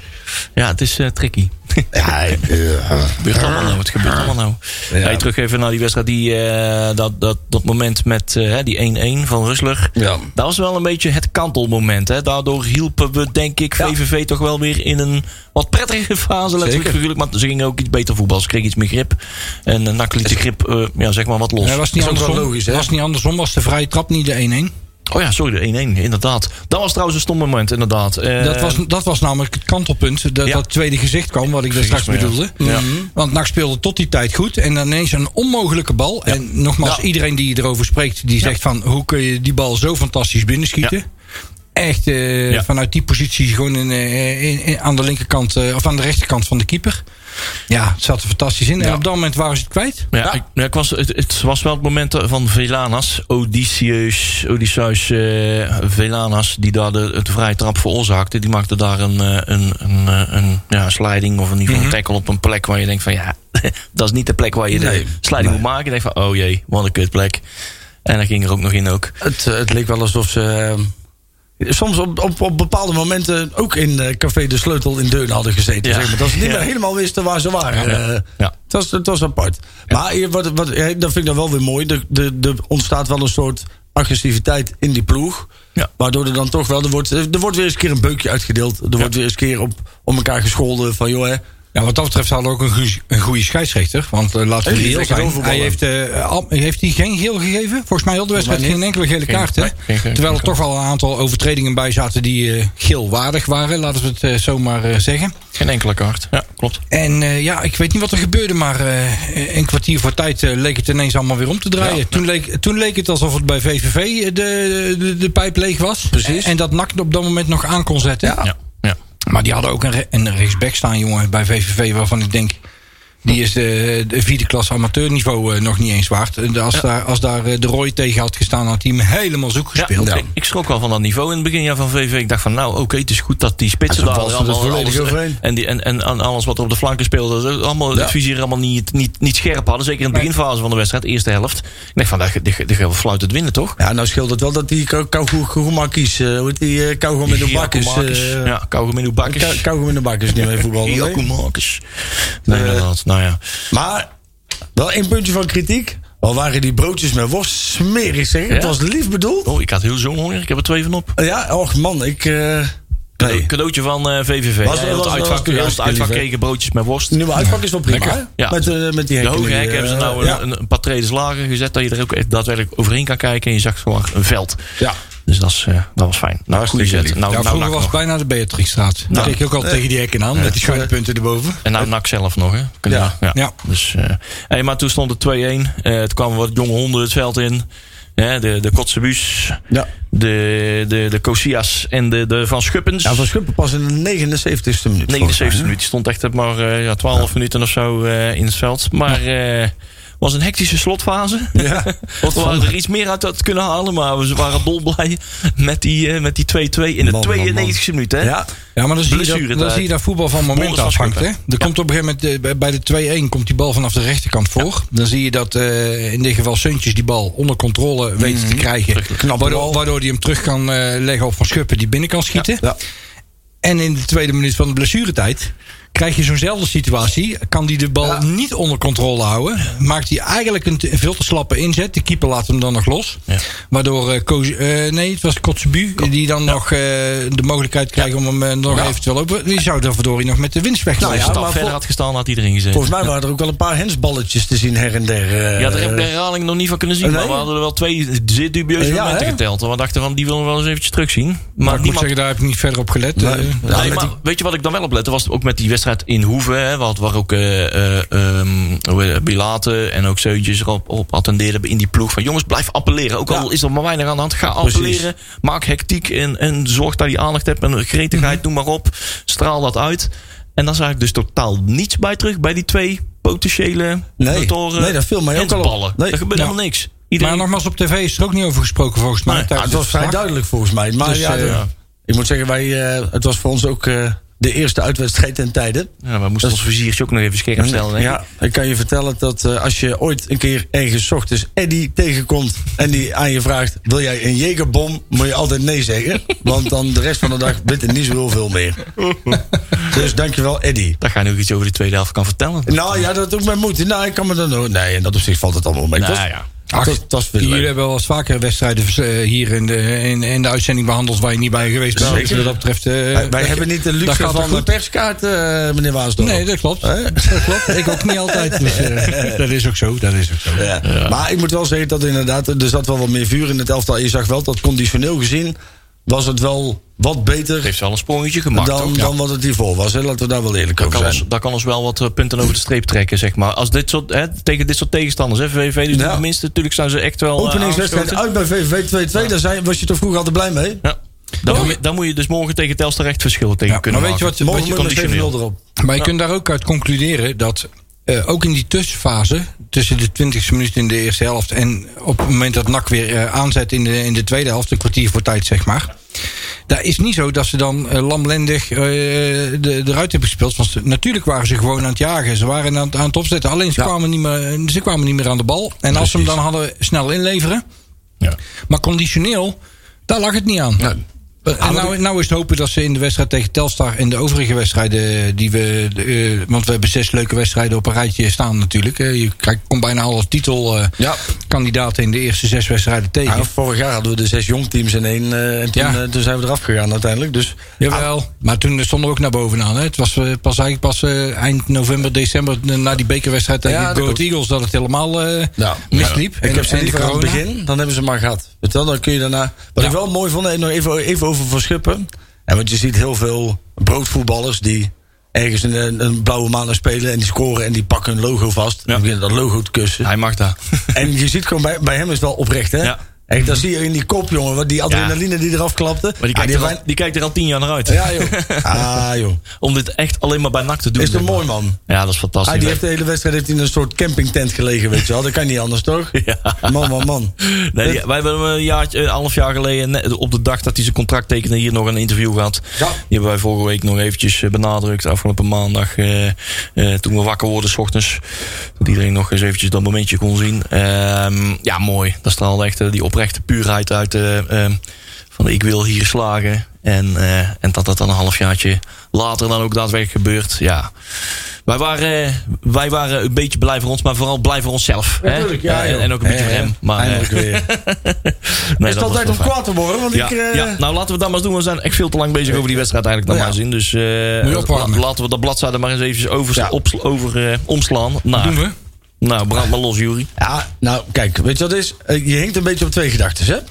Ja, het is uh, tricky. ja, uh, Het gebeurt allemaal nou. Het gebeurt allemaal nou. Ja. Hey, terug even naar die wedstrijd. Die, uh, dat, dat, dat moment met uh, die één-één van Rustler. ja. Dat was wel een beetje het kantelmoment. Hè? Daardoor hielpen we, denk ik, V V V toch wel weer in een wat prettige fase. Letterlijk, figuurlijk. Maar ze gingen ook iets beter voetbal. Ze kregen iets meer grip. En uh, N A C liet de grip, uh, ja, zeg maar, wat los. Nee, was niet is ook wel andersom. logisch, hè? Was niet andersom. Was de vrije trap niet de één-één? Oh ja, sorry, de één-één, inderdaad. Dat was trouwens een stom moment, inderdaad. Uh, Dat was, dat was namelijk het kantelpunt. Dat, Ja. dat tweede gezicht kwam, wat ik daar Precies, straks ja. bedoelde. Ja. Want N A C speelde tot die tijd goed. En dan ineens een onmogelijke bal. En nogmaals, Ja. iedereen die erover spreekt, die zegt van... hoe kun je die bal zo fantastisch binnenschieten? Ja. Echt eh, Ja. vanuit die positie gewoon in, eh, in, in- aan de linkerkant... eh, of aan de rechterkant van de keeper. Ja, het zat er fantastisch in. En Ja. op dat moment waren ze het kwijt. Ja, Ik, ja, ik was, het, het was wel het moment van Velanas, Odysseus, Odysseus uh, Velanas, die daar de, de vrije trap veroorzaakte. Die maakte daar een, uh, een, een, uh, een ja, sliding of in ieder geval een tackle op een plek waar je denkt van ja, dat is niet de plek waar je Nee. de sliding Nee. moet maken. Je denkt van oh jee, wat een kutplek. En dat ging er ook nog in ook. Het, uh, het leek wel alsof ze... uh, soms op, op, op bepaalde momenten ook in uh, Café de Sleutel in Deurne hadden gezeten. Ja. Zeg maar, dat ze niet Ja. meer helemaal wisten waar ze waren. Ja. Uh, Ja. het, was, het was apart. Maar uh, wat, wat, ja, dat vind ik dan wel weer mooi. Er de, de ontstaat wel een soort agressiviteit in die ploeg. Ja. Waardoor er dan toch wel... Er wordt, er wordt weer eens een keer een beukje uitgedeeld. Er wordt weer eens een keer op, om elkaar gescholden. Van joh, hè, Ja, wat dat betreft hadden we ook een, goeie- een goede scheidsrechter. Want uh, laten we Hey, die reëel lekker zijn. overballen. Hij heeft, uh, al, heeft hij geen geel gegeven? Volgens mij heel de wedstrijd Volgens geen mij enkele gele Geen- kaart. Hè? nee, geen- geen- Terwijl er geen toch wel een aantal overtredingen bij zaten die uh, geelwaardig waren. Laten we het uh, zomaar uh, zeggen. Geen enkele kaart. Ja, klopt. En uh, ja, ik weet niet wat er gebeurde. Maar uh, een kwartier voor tijd uh, leek het ineens allemaal weer om te draaien. Ja, toen, leek, toen leek het alsof het bij V V V de, de, de, de pijp leeg was. Precies. En, en dat N A C op dat moment nog aan kon zetten. Ja. Ja, ja. Maar die hadden ook een, re- een rechtsback staan, jongen, bij V V V. Waarvan ik denk, die is de, de vierde klas amateurniveau uh, nog niet eens waard. En Als, Ja. daar, als daar uh, de Roy tegen had gestaan, had hij hem helemaal zoek gespeeld. Ja, ik, ik schrok wel van dat niveau in het begin ja, van V V V. Ik dacht van, nou, oké, okay, het is goed dat die spitsen Ja, ze daar walsen er allemaal volledig alles, overheen. en, die, en, en, en alles wat er op de flanken speelde, dat allemaal, Ja. het vizier allemaal niet, niet, niet scherp hadden. Zeker in de Nee. beginfase van de wedstrijd, eerste helft. Ik dacht van, die, die, die gaan fluit het winnen, toch? Ja, nou scheelt het wel dat die Kaugoemakis, uh, hoe heet die uh, Kauwgom in de bak is. Giacomakis. Uh, ja, Kauwgom in de bakjes. Kauwgom in de bak is niet mee voetballen. nee. Giacomakis. Nee, Eh, inderdaad. Nou ja. Maar wel één puntje van kritiek. Al waren die broodjes met worst smerig, zeg. Het Ja? was lief bedoeld. Oh, ik had heel zo'n honger. Ik heb er twee van op. Ja, och man, ik... uh, nee. Cadeautje van uh, V V V. Was- Ja, was- het was- uitvak, was- heel het hartstikke uitvak lief, hè? kregen broodjes met worst. Nu maar uitpak is wel prima. Lekker. hè? Ja. Met, uh, met die De hekken. hoge die, hek uh, hebben ze nou een, ja. een, een paar tredes lager gezet. Dat je er ook echt daadwerkelijk overheen kan kijken. En je zag gewoon een veld. Ja. Dus dat, is, uh, dat was fijn. Nou, goede Hartstikke zet. lief. Nou, Ja, nou, vroeger N A C was het nog. bijna de Beatrixstraat. Daar Nou, keek je ook al eh, tegen die hekken aan. Met die schuine punten erboven. En nou N A C zelf nog, hè? Kunnen Ja. we- ja. Ja. Dus, uh, hey, maar toen stond het twee-één. Uh, toen kwamen wat jonge honden het veld in. Ja, de, de Kotzebus, Ja. de, de, de Kosias en de, de Van Schuppens. Ja, Van Schuppen pas in de negenenzeventigste minuut. negenenzeventigste volgens mij, minuut. Die stond echt maar uh, ja, twaalf minuten of zo uh, in het veld. Maar uh, was een hectische slotfase. Ja. Want we waren er iets meer uit had kunnen halen. Maar we waren dolblij met die, uh, met die twee-twee in de Man, man, man. tweeënnegentigste minuut. Hè? Ja. Ja, maar dan zie, je dat, Blessuretijd. dan zie je dat voetbal van moment Boris van afhangt. Hè? Schuppen. Er komt op een gegeven moment uh, bij de twee-een komt die bal vanaf de rechterkant voor. Dan zie je dat uh, in dit geval Suntjes die bal onder controle weet Mhm. te krijgen. Knappe Waardoor, bal. waardoor hij hem terug kan uh, leggen op Van Schuppen die binnen kan schieten. Ja. En in de tweede minuut van de blessuretijd krijg je zo'nzelfde situatie. Kan hij de bal Ja. niet onder controle houden. Maakt hij eigenlijk een, te- een veel te slappe inzet. De keeper laat hem dan nog los. Ja. Waardoor, uh, Koos- uh, nee, het was Kotzebu. Die dan nog uh, de mogelijkheid krijgt om hem uh, nog Ja. eventueel open. Die zou dan verdorie nog met de winst weg Nou Als ja, je maar stap verder vol- had gestaan, had iedereen gezeten. Volgens mij waren er ook wel een paar hensballetjes te zien her en der. uh, Ja, daar heb ik de herhaling nog niet van kunnen zien. Nee? Maar we hadden er wel twee zeer dubieuze Ja, momenten hè? geteld. En we dachten van, die willen we wel eens eventjes terugzien. Maar, Maar ik moet niemand... zeggen, daar heb ik niet verder op gelet. Nee. Uh, Ja, Nee, met maar die- weet je wat ik dan wel op lette? Was ook met die wedstrijd in Hoeve. Hè, waar, waar ook uh, uh, um, hoe heet het, Bilate en ook Zeuntjes erop op attendeerden in die ploeg. Van jongens, blijf appelleren. Ook al Ja. is er maar weinig aan de hand. Ga Precies. appelleren. Maak hectiek en, en zorg dat je aandacht hebt. En gretigheid, noem maar op. Straal dat uit. En dan zag ik dus totaal niets bij terug. Bij die twee potentiële Nee. motoren. Nee, dat viel mij ook al op. hensballen. Nee. Er gebeurt Ja. helemaal niks. Maar Iedereen... nogmaals, op tv is er ook niet over gesproken volgens mij. Nee. tijdens Ja, het was vrij verslag. duidelijk volgens mij. Maar Dus, ja, de- uh, ik moet zeggen, wij, uh, het was voor ons ook uh, de eerste uitwedstrijd ten tijde. Ja, we moesten Dat- ons viziertje ook nog even scherp stellen. Denk ik. Ja, ik kan je vertellen dat uh, als je ooit een keer ergens 's ochtends Eddie tegenkomt en die aan je vraagt: wil jij een Jägerbom? Moet je altijd nee zeggen. Want dan de rest van de dag weet er niet zo heel veel meer. Dus dankjewel, Eddie. Dat ga je nog iets over de tweede helft kan vertellen. Nou ja, dat ook met moed. Nou, ik kan me dan nog. Nee, in dat opzicht valt het allemaal mee. Nou, Het was- ja. Ach, het was- het was veel jullie leuk. hebben wel eens vaker wedstrijden uh, hier in de, in, in de uitzending behandeld waar je niet bij geweest bent. Zeker. Dus wat dat betreft. uh, Wij, wij dat- hebben niet de dat luxe gaat van toch een goed? perskaart, uh, meneer Waasdorp. Nee, dat klopt. Hè? Dat klopt. Ik ook niet altijd. Dus, uh, dat is ook zo. Dat is ook zo. Ja. Maar ik moet wel zeggen dat inderdaad, er zat wel wat meer vuur in het elftal. Je zag wel dat conditioneel gezien was het wel wat Het beter heeft wel een sprongetje gemaakt. dan, ook, ja. dan wat het hiervoor was. Hè. Laten we daar wel eerlijk Dat over kan, zijn. ons, dat kan ons wel wat eh, punten over de streep trekken, zeg maar. Als dit soort, hè, tegen dit soort tegenstanders, hè, V V V, dus Ja. tenminste, natuurlijk zijn ze echt wel. eh, Openingswedstrijd aangeschoten. uit bij V V V twee-twee, daar zijn, was je toch vroeger altijd blij mee? Ja. Dan, moet je, dan moet je dus morgen tegen Telstar echt verschil tegen Ja, kunnen maar weet je maken. wat- Morgen weet moet je met conditioneel. zeven nul erop. Maar je kunt daar ook uit concluderen dat uh, ook in die tussenfase, tussen de twintigste minuut in de eerste helft en op het moment dat N A C weer uh, aanzet in de, in de tweede helft, een kwartier voor tijd zeg maar. Daar is niet zo dat ze dan uh, lamlendig uh, de, eruit hebben gespeeld. Want ze- natuurlijk waren ze gewoon aan het jagen. Ze waren aan het, aan het opzetten. Alleen ze, Ja. kwamen niet meer, ze kwamen niet meer aan de bal. En als ze hem dan hadden, snel inleveren. Ja. Maar conditioneel, daar lag het niet aan. Ja. En nou, nou is het hopen dat ze in de wedstrijd tegen Telstar en de overige wedstrijden die we. Uh, want we hebben zes leuke wedstrijden op een rijtje staan natuurlijk. Uh, je krijgt, komt bijna alle titelkandidaten Ja. in de eerste zes wedstrijden tegen. Ja, vorig jaar hadden we de zes jongteams in één. Uh, en toen, Ja. uh, toen zijn we eraf gegaan uiteindelijk. Dus Jawel, maar toen stonden we ook naar bovenaan. Hè. Het was uh, pas eigenlijk pas uh, eind november, december, uh, na die bekerwedstrijd tegen Ja, de dat Go Ahead klopt. Eagles, dat het helemaal uh, ja. misliep. Ik heb ze en de liever aan het corona. begin, dan hebben ze maar gehad. Weet je wel, dan kun je daarna. Wat Ja. ik wel mooi vond, en nog even, even over Verschuppen. En want je ziet heel veel broodvoetballers die ergens een, een, een blauwe maandag spelen en die scoren en die pakken hun logo vast. En Ja. beginnen dat logo te kussen. Hij mag dat. En je ziet gewoon bij, bij hem is het wel oprecht, hè? Ja. Echt, dan zie je in die kop, jongen, wat die adrenaline die eraf klapte. Maar die Ah, kijkt, die er, al, wijn- die kijkt er al tien jaar naar uit. Ja, joh. Ah, joh. Om dit echt alleen maar bij N A C te doen. Is toch zeg maar. mooi, man? Ja, dat is fantastisch. Ah, die heeft de hele wedstrijd heeft in een soort campingtent gelegen, weet je wel. Dat kan niet anders, toch? Ja. Man, man, man. Nee, die- wij hebben hem een jaartje, een half jaar geleden, net op de dag dat hij zijn contract tekende, hier nog een interview gehad. Ja. Die hebben wij vorige week nog eventjes eh, benadrukt. Afgelopen maandag, eh, eh, toen we wakker worden 's ochtends. Dat iedereen nog eens eventjes dat momentje kon zien. Ehm, ja, mooi. Dat straalde echt eh, die oprechte puurheid uit. eh, ehm, van ik wil hier slagen. En, eh, en dat dat dan een halfjaartje later dan ook daadwerkelijk gebeurt. Ja. Wij waren, eh, wij waren een beetje blij voor ons, maar vooral blij voor onszelf. hè? Natuurlijk, ja, en, joh. en ook een beetje Ja, voor ja. hem. Maar, eh, Eindelijk weer. nee, Is dat het was altijd wel om fijn. kwaad te worden? Want Ja, ik, eh, ja, nou laten we dat maar eens doen. We zijn echt veel te lang bezig over die wedstrijd eigenlijk naar Ja. mijn zin. Dus Moet je eh opwarmen. la- laten we dat bladzijde maar eens even over, Ja. op, over eh, omslaan. Nou, Doen we. nou, brand maar los, Jury. Ja, nou, kijk, weet je wat het is? Eh, Je hinkt een beetje op twee gedachten, hè?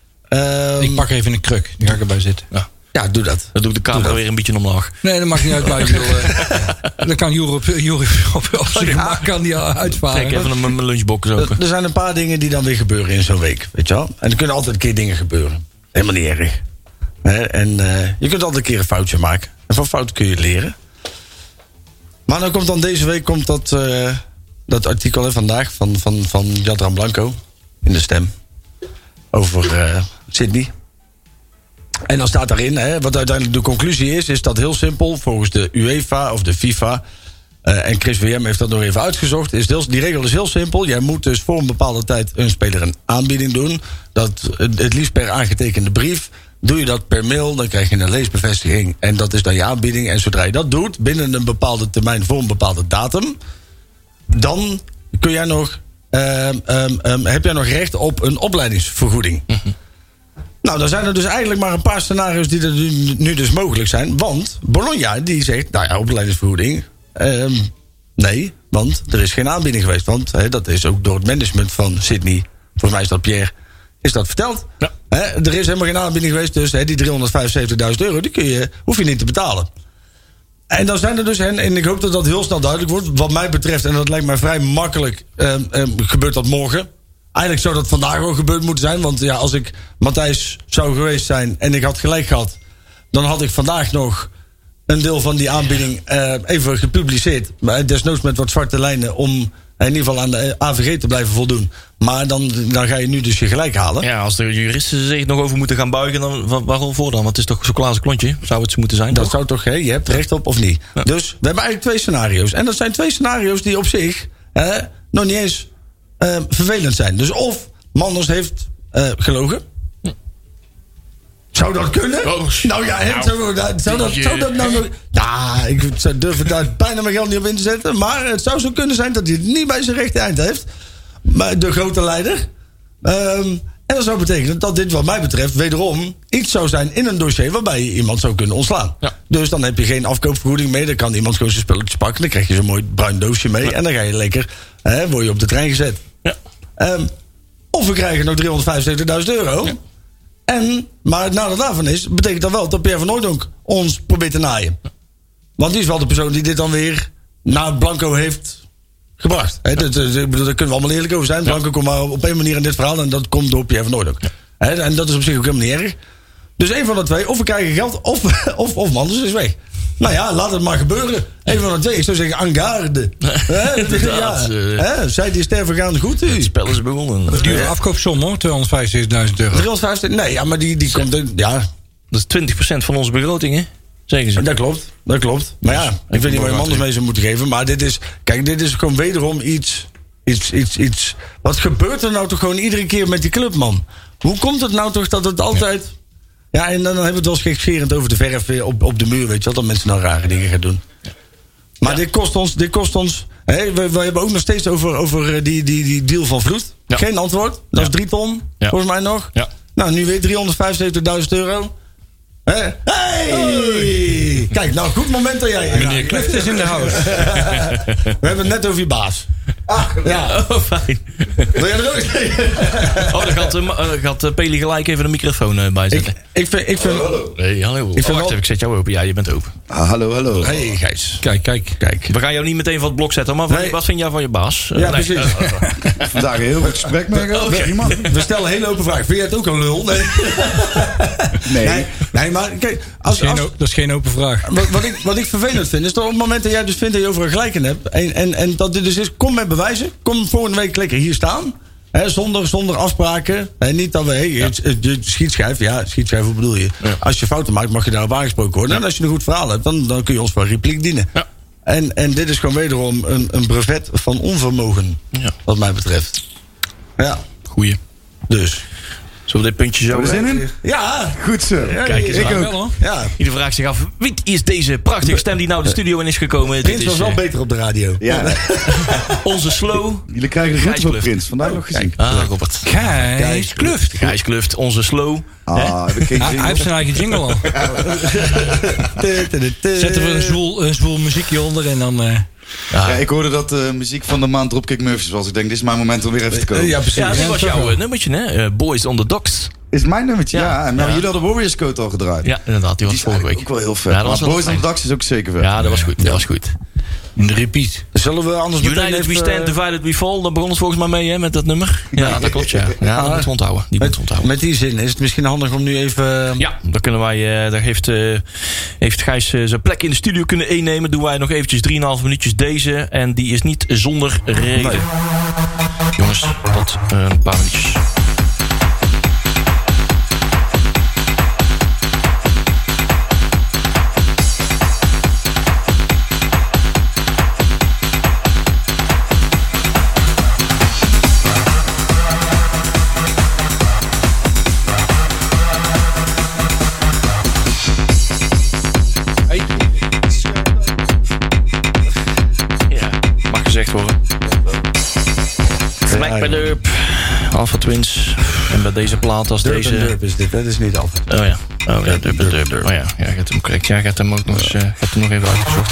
Ehm, Ik pak even een kruk, die ga ik erbij zitten. Ja. Ja, doe dat. Dan doe ik de camera weer een beetje omlaag. Nee, dat maakt niet uit. Maar ik wil, uh, dan kan Joeri op, Joeri op, op zijn gemak kan die uitvaren. Trek even een- mijn lunchbox Er, open. er zijn een paar dingen die dan weer gebeuren in zo'n week, weet je wel? En er kunnen altijd een keer dingen gebeuren. Helemaal niet erg. Hè? En eh, je kunt altijd een keer een foutje maken. En van fouten kun je leren. Maar dan komt dan deze week komt dat, eh, dat artikel hè, vandaag van, van, van Jadran Blanco in de Stem over uh, Sydney. En dan staat daarin, hè, wat uiteindelijk de conclusie is, is dat heel simpel, volgens de UEFA of de FIFA, uh, en Chris W M heeft dat nog even uitgezocht, is heel, die regel is heel simpel. Jij moet dus voor een bepaalde tijd een speler een aanbieding doen. Dat het liefst per aangetekende brief. Doe je dat per mail, dan krijg je een leesbevestiging. En dat is dan je aanbieding. En zodra je dat doet, binnen een bepaalde termijn voor een bepaalde datum, dan kun jij nog, uh, um, um, heb jij nog recht op een opleidingsvergoeding. Mm-hmm. Nou, dan zijn er dus eigenlijk maar een paar scenario's die er nu, nu dus mogelijk zijn. Want Bologna die zegt, nou ja, opleidingsvergoeding. Um, nee, want er is geen aanbieding geweest. Want hè, dat is ook door het management van Sydney. Volgens mij is dat Pierre. Is dat verteld? Ja. Hè, er is helemaal geen aanbieding geweest. Dus hè, die driehonderdvijfenzeventigduizend euro, die kun je, hoef je niet te betalen. En dan zijn er dus, en, en ik hoop dat dat heel snel duidelijk wordt. Wat mij betreft, en dat lijkt mij vrij makkelijk, um, um, gebeurt dat morgen. Eigenlijk zou dat vandaag al gebeurd moeten zijn. Want ja, als ik Matthijs zou geweest zijn en ik had gelijk gehad, dan had ik vandaag nog een deel van die aanbieding uh, even gepubliceerd. Desnoods met wat zwarte lijnen om in ieder geval aan de A V G te blijven voldoen. Maar dan, dan ga je nu dus je gelijk halen. Ja, als de juristen zich nog over moeten gaan buigen, dan waarom voor dan? Want het is toch zo klaar als een klontje? Zou het moeten zijn? Dat toch? zou toch, hè? Je hebt recht op of niet. Ja. Dus we hebben eigenlijk twee scenario's. En dat zijn twee scenario's die op zich hè, nog niet eens uh, vervelend zijn. Dus of Manders heeft uh, gelogen. Hm. Zou dat kunnen? Oh, nou ja, hè, nou, zou, dat, zou, dat, zou dat nou nog... Ja, ik durf daar bijna mijn geld niet op in te zetten. Maar het zou zo kunnen zijn dat hij het niet bij zijn rechte eind heeft. Maar de grote leider. Um, en dat zou betekenen dat dit wat mij betreft wederom iets zou zijn in een dossier waarbij je iemand zou kunnen ontslaan. Ja. Dus dan heb je geen afkoopvergoeding mee. Dan kan iemand gewoon zijn spulletjes pakken. Dan krijg je zo'n mooi bruin doosje mee. Ja. En dan ga je lekker, hè, word je op de trein gezet. Ja. Um, of we krijgen nog driehonderdvijfenzeventigduizend euro. Ja. En, maar het nadeel daarvan is, betekent dat wel dat Pierre van Hooijdonk ons probeert te naaien. Want die is wel de persoon die dit dan weer naar Blanco heeft gebracht. He, dat, dat, dat kunnen we allemaal eerlijk over zijn. Blanco komt maar op één manier in dit verhaal en dat komt door Pierre van Hooijdonk. Ja. He, en dat is op zich ook helemaal niet erg. Dus één van de twee, of we krijgen geld, of, of, of Manders is weg. Nou ja, laat het maar gebeuren. Eén van de twee, ik zou zeggen, en garde. Ja, uh, zij die sterven gaan goed. Het spel is begonnen. Een dure afkoopsom hoor, tweehonderdvijfenzestigduizend euro. driehonderdvijfenzestig, nee, ja, maar die, die komt... Ja. Dat is twintig procent van onze begroting, hè? Zeggen ze. Dat klopt, dat klopt. Maar ja, ik weet niet waar je Manders mee zou moeten geven. Maar dit is, kijk, dit is gewoon wederom iets, iets, iets, iets... Wat gebeurt er nou toch gewoon iedere keer met die club, man? Hoe komt het nou toch dat het altijd... Ja. Ja, en dan hebben we het wel eens gekscherend over de verf weer op, op de muur, weet je wel, dat mensen nou rare dingen gaan doen. Maar ja. dit kost ons, dit kost ons, hè, we, we hebben ook nog steeds over, over die, die, die deal van Vloed. Ja. Geen antwoord, dat ja. is drie ton, ja. volgens mij nog. Ja. Nou, nu weer driehonderdvijfenzeventigduizend euro. Hè? Hey! Hey! Kijk, nou, goed moment dat jij... Meneer Kluft is in de house. We hebben het net over je baas. Ah, ja. Oh, fijn. Wil jij er ook tegen? Oh, dan gaat, uh, gaat uh, Peli gelijk even de microfoon uh, bijzetten. Ik, ik vind... Ik vind hallo. Hey, hallo. Ik oh, wacht even, ik zet jou open. Ja, je bent open. Ah, hallo, hallo. Hey, Gijs. Kijk, kijk, kijk. We gaan jou niet meteen van het blok zetten, maar nee. Wat vind jij van je baas? Ja, nee. precies. Vandaag een heel goed gesprek mee gehad. Okay. We stellen een hele open vraag. Vind jij het ook een lul? Nee. nee. nee. Nee, maar kijk... Als, dat, is als, geen, dat is geen open vraag. Wat, wat, ik, wat ik vervelend vind, is dat op het moment dat jij dus vindt dat je over een gelijken hebt... En, en, en dat dit dus is, kom met bewijzen. Kom volgende week lekker hier staan. Hè, zonder, zonder afspraken. En niet dat we, hey, ja. je schietschijf, ja, schietschijf, hoe bedoel je? Ja. Als je fouten maakt, mag je daarop aangesproken worden. Ja. En als je een goed verhaal hebt, dan, dan kun je ons wel repliek dienen. Ja. En, en dit is gewoon wederom een, een brevet van onvermogen, ja. wat mij betreft. Ja. Goeie. Dus... Zullen we dit puntje zo... Heb je zin in? Ja. Goed zo. Ja, kijk eens ik aan. ook. Wel, ja. Ieder vraagt zich af, wie is deze prachtige stem die nou de studio in is gekomen? Prins dit was is, wel uh, beter op de radio. Ja. Onze slow. Jullie krijgen de groeten van Prins. Vandaag nog gezien. Ah, Robert. Gijs Kluft. Gijs Kluft, onze slow. Ah, de King Hij heeft zijn eigen jingle al. Zetten we een zwoel, een zwoel muziekje onder en dan... Uh, Ja. ja, ik hoorde dat de uh, muziek van de maand Dropkick Murphys was. Ik denk, dit is mijn moment om weer even te komen. Ja, precies. Ja, dit was jouw uh, nummertje, hè? Uh, Boys on the Docks. Is mijn nummertje, ja. ja. En nou, ja. jullie hadden Warriors Code al gedraaid. Ja, inderdaad. Die was die vorige week. ook wel heel vet. Ja, dat was Boys on fijn. the Docks is ook zeker vet. Ja, dat was goed. Dat was goed. In de repeat. Zullen we anders meteen United even, we stand, divided we fall. Daar begon het volgens mij mee, hè, met dat nummer. Ja, dat klopt, ja. Ja, dat moeten we onthouden. Die moeten we onthouden. Met die zin is het misschien handig om nu even... Ja, daar kunnen wij, uh, daar heeft, uh, heeft Gijs uh, zijn plek in de studio kunnen innemen. Doen wij nog eventjes drieënhalf minuutjes deze. En die is niet zonder reden. Nee. Jongens, tot uh, een paar minuutjes. Smack bij Durp, Alpha Twins. En bij deze plaat als Durp deze... Durp is dit, hè? Dat is niet Alpha. Oh ja, oh ja, Durp en Durp. Oh ja, ja, gaat hem correct. Ja, gaat hem ook nog eens, uh, gaat hem nog even uitgezocht.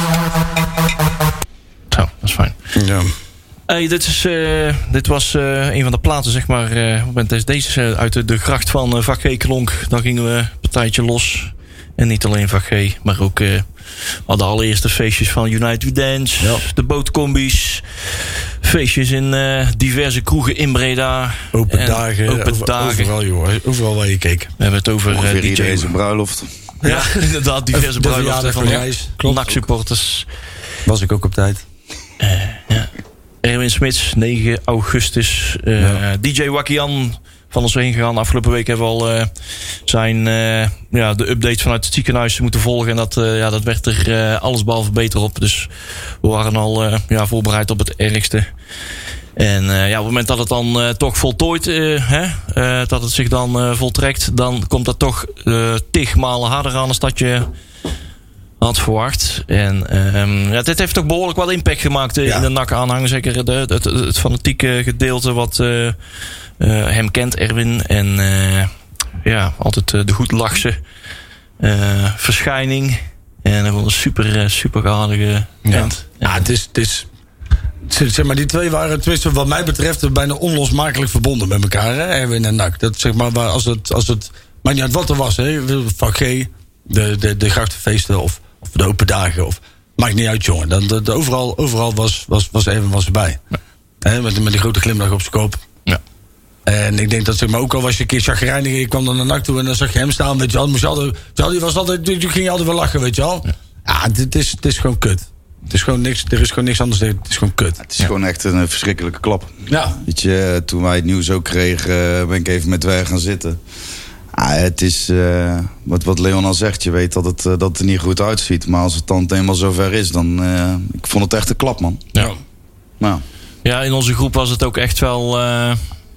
Zo, dat is fijn. Ja. Hey, dit, is, uh, dit was uh, een van de platen, zeg maar. Uh, deze deze uh, uit de, de gracht van uh, vak G klonk. Dan gingen we een partijtje los. En niet alleen vak G, maar ook... Uh, we hadden de allereerste feestjes van United We Dance. Ja. De bootcombi's. Feestjes in uh, diverse kroegen in Breda. Open dagen. Open over, dagen. Overal, joh. Overal waar je keek. We hebben het over Ongeveer uh, iedereen zijn bruiloft. Ja, ja, inderdaad. Diverse bruiloften van de N A C-supporters. Was ik ook op tijd. Uh, ja. Erwin Smits, negen augustus. Uh, ja. D J Wakian van ons heen gegaan. Afgelopen week hebben we al uh, zijn, uh, ja, de update vanuit het ziekenhuis moeten volgen. En dat, uh, ja, dat werd er uh, allesbehalve beter op. Dus we waren al uh, ja, voorbereid op het ergste. En uh, ja, op het moment dat het dan uh, toch voltooid, uh, hè, uh, dat het zich dan uh, voltrekt, dan komt dat toch uh, tig malen harder aan dan dat je had verwacht. En um, ja, dit heeft toch behoorlijk wat impact gemaakt uh, ja. in de N A C-aanhang. Zeker de, het, het, het fanatieke gedeelte wat uh, uh, hem kent, Erwin. En uh, ja, altijd uh, de goed lachse uh, verschijning. En dat was een super, uh, super aardige vent. Ja, ja, het is... Het is... Zeg maar, die twee waren, tenminste wat mij betreft, bijna onlosmakelijk verbonden met elkaar, hè? Erwin en N A C. Dat zeg maar, als het, als het, maakt niet uit wat er was, hè? Vak G, de, de, de grachtenfeesten of, of de open dagen, of, maakt niet uit, jongen. Dat, dat, overal overal was, was, was Erwin was erbij. Ja. Hè? Met, met die grote glimlach op zijn kop. Ja. En ik denk dat, zeg maar, ook al was je een keer chagrijnig, je kwam dan naar N A C toe en dan zag je hem staan, weet je wel. Moest je altijd, je was altijd, je ging je altijd wel lachen, weet je wel. Ja, ja het, is, het is gewoon kut. Het is gewoon niks, er is gewoon niks anders. Het is gewoon kut. Het is ja. gewoon echt een verschrikkelijke klap. Ja. Weet je, toen wij het nieuws ook kregen, ben ik even met wij gaan zitten. Ah, het is, uh, wat, wat Leon al zegt, je weet dat het, uh, dat het er niet goed uitziet. Maar als het dan eenmaal zover is, dan... Uh, ik vond het echt een klap, man. Ja. Nou. Ja, in onze groep was het ook echt wel... Uh,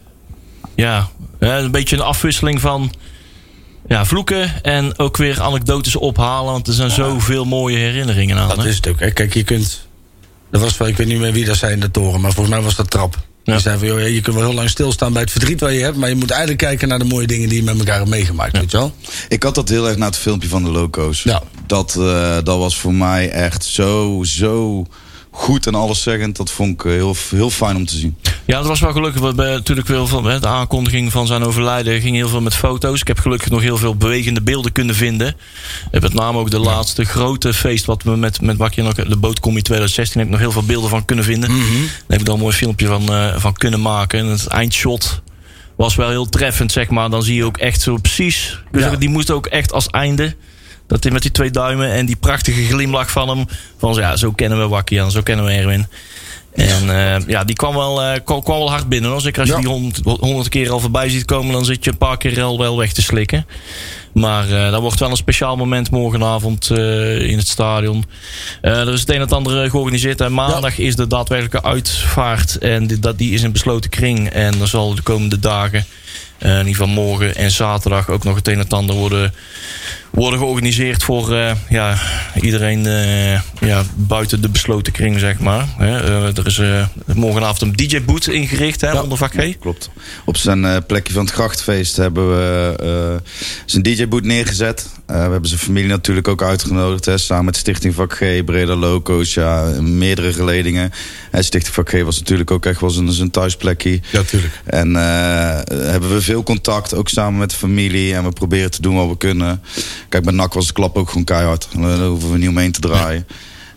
ja, een beetje een afwisseling van... Ja, vloeken en ook weer anekdotes ophalen. Want er zijn zoveel mooie herinneringen aan. Dat hè? is het ook. Kijk, je kunt... Dat was wel, ik weet niet meer wie dat zei in de toren, maar volgens mij was dat Trap. Ja. Die zei van, joh, je kunt wel heel lang stilstaan bij het verdriet wat je hebt, maar je moet eigenlijk kijken naar de mooie dingen die je met elkaar hebt meegemaakt, ja. Weet je wel? Ik had dat heel erg na het filmpje van de Loco's. Ja. Dat, uh, dat was voor mij echt zo, zo goed en alleszeggend. Dat vond ik heel, heel fijn om te zien. Ja, dat was wel gelukkig. We hebben natuurlijk heel veel, de aankondiging van zijn overlijden ging heel veel met foto's. Ik heb gelukkig nog heel veel bewegende beelden kunnen vinden. We hebben met name ook de laatste grote feest wat we met, met Wakkie nog, de Bootcommie twintig zestien, heb ik nog heel veel beelden van kunnen vinden. Mm-hmm. Daar heb ik dan een mooi filmpje van, uh, van kunnen maken. En het eindshot was wel heel treffend, zeg maar. Dan zie je ook echt zo precies. Dus ja. Die moest ook echt als einde. Dat hij met die twee duimen en die prachtige glimlach van hem. Van ja, zo kennen we Wakkie en zo kennen we Erwin. En uh, ja, die kwam wel, uh, kwam, kwam wel hard binnen. Hoor. Zeker als je ja. die honderd, honderd keer al voorbij ziet komen, dan zit je een paar keer al wel weg te slikken. Maar uh, dat wordt wel een speciaal moment morgenavond uh, in het stadion. Uh, er is het een en het ander georganiseerd. En maandag ja. is de daadwerkelijke uitvaart. En die, dat, die is in besloten kring. En er zal de komende dagen, uh, in ieder geval morgen en zaterdag, ook nog het een en het ander worden, worden georganiseerd voor uh, ja, iedereen uh, ja, buiten de besloten kring, zeg maar. Uh, er is uh, morgenavond een D J-boot ingericht, hè, ja, onder vak G. Klopt. Op zijn uh, plekje van het grachtfeest hebben we uh, zijn D J-boot neergezet. Uh, we hebben zijn familie natuurlijk ook uitgenodigd. Hè, samen met Stichting Vak G, Breda Loco's, ja, meerdere geledingen. En Stichting Vak G was natuurlijk ook echt wel zijn, zijn thuisplekje. Ja, tuurlijk. En uh, hebben we veel contact, ook samen met de familie. En we proberen te doen wat we kunnen. Kijk, bij N A C was de klap ook gewoon keihard. Daar hoeven we niet omheen te draaien.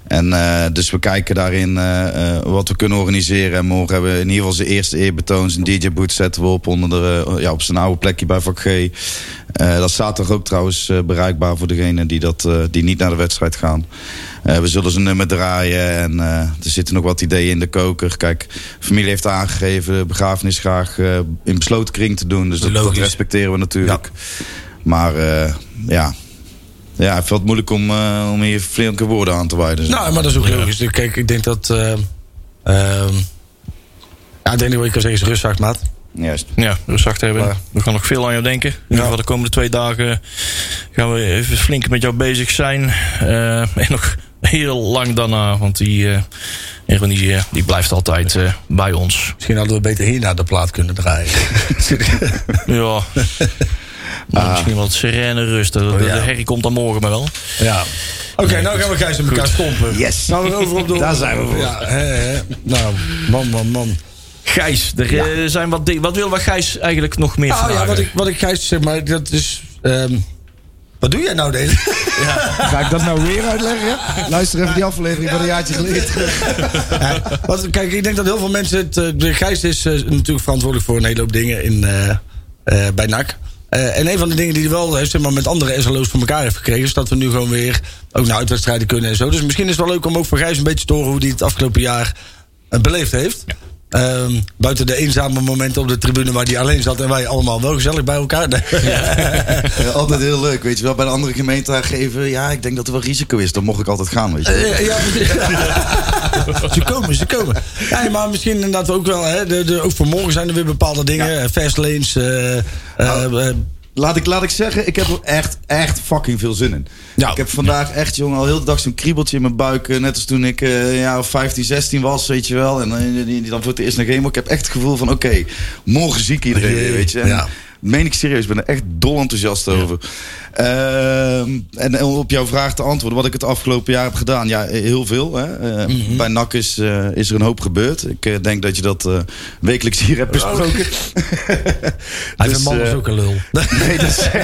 En uh, dus we kijken daarin uh, uh, wat we kunnen organiseren. En morgen hebben we in ieder geval zijn eerste eerbetoon. Zijn D J-boot zetten we op onder de, uh, ja, op zijn oude plekje bij vak G. Uh, dat staat toch ook trouwens uh, bereikbaar voor degenen die, dat, uh, die niet naar de wedstrijd gaan. Uh, we zullen zijn nummer draaien en uh, er zitten nog wat ideeën in de koker. Kijk, familie heeft aangegeven de begrafenis graag uh, in besloten kring te doen. Dus dat, dat respecteren we natuurlijk. Ja. Maar uh, ja... Ja, het valt moeilijk om, uh, om hier flinke woorden aan te wijden. Nou, maar dat is ook logisch. Ja. Kijk, ik denk dat... Uh, uh, ja, het enige wat je kan zeggen is rustzacht, maat. Juist. Ja, rustzacht hebben. Maar, we gaan nog veel aan jou denken. In ieder geval de komende twee dagen gaan we even flink met jou bezig zijn. Uh, en nog heel lang daarna, want die... Uh, Erwin die, uh, die blijft altijd uh, bij ons. Misschien hadden we beter hier naar de plaat kunnen draaien. Ja... Nou, ah. Misschien wat serene rust. De, oh, ja. de herrie komt dan morgen maar wel. Ja. Oké, okay, nee, nou gaan we Gijs met elkaar stompen. Yes. Nou, we over op de... Daar zijn we voor. Ja, hè, hè. Nou, man, man, man. Gijs, er ja. zijn wat dingen. Wat wil we Gijs eigenlijk nog meer nou, vragen? Ja, wat ik, wat ik Gijs zeg maar, dat is... Um, wat doe jij nou deze? Ja. Ga ik dat nou weer uitleggen? Ja? Luister even die aflevering van een jaartje geleden. Ja, wat, kijk, ik denk dat heel veel mensen... Het, uh, Gijs is uh, natuurlijk verantwoordelijk voor een hele hoop dingen in, uh, uh, bij N A C. Uh, en een van de dingen die hij wel heeft, zeg maar, met andere S L O's voor elkaar heeft gekregen... is dat we nu gewoon weer ook naar uitwedstrijden kunnen en zo. Dus misschien is het wel leuk om ook voor Gijs een beetje te horen... hoe hij het afgelopen jaar uh, beleefd heeft. Ja. Um, buiten de eenzame momenten op de tribune waar hij alleen zat... en wij allemaal wel gezellig bij elkaar. Ja. Ja, altijd heel leuk, weet je wel. Bij de andere gemeente aangeven... ja, ik denk dat er wel risico is. Dan mocht ik altijd gaan, weet je wel. Uh, ja, ja. Ze komen, ze komen. Ja, maar misschien inderdaad ook wel... Hè, de, de, ook voor morgen zijn er weer bepaalde dingen. Ja. Fast lanes... Uh, nou, uh, Laat ik, laat ik zeggen, ik heb er echt, echt fucking veel zin in. Ja. Ik heb vandaag echt, jongen, al heel de dag zo'n kriebeltje in mijn buik. Uh, net als toen ik uh, een jaar of vijftien, zestien was, weet je wel. En uh, die, die dan voor het eerst naar Game. Ik heb echt het gevoel van, oké, okay, morgen zie ik iedereen weer, weet je. En, ja. Meen ik serieus, ik ben er echt dol enthousiast over. Ja. Uh, en op jouw vraag te antwoorden, wat ik het afgelopen jaar heb gedaan. Ja, heel veel. Hè. Uh, mm-hmm. Bij N A C is, uh, is er een hoop gebeurd. Ik uh, denk dat je dat uh, wekelijks hier hebt besproken. Hij dus, man is uh, ook een lul. Nee, dat is...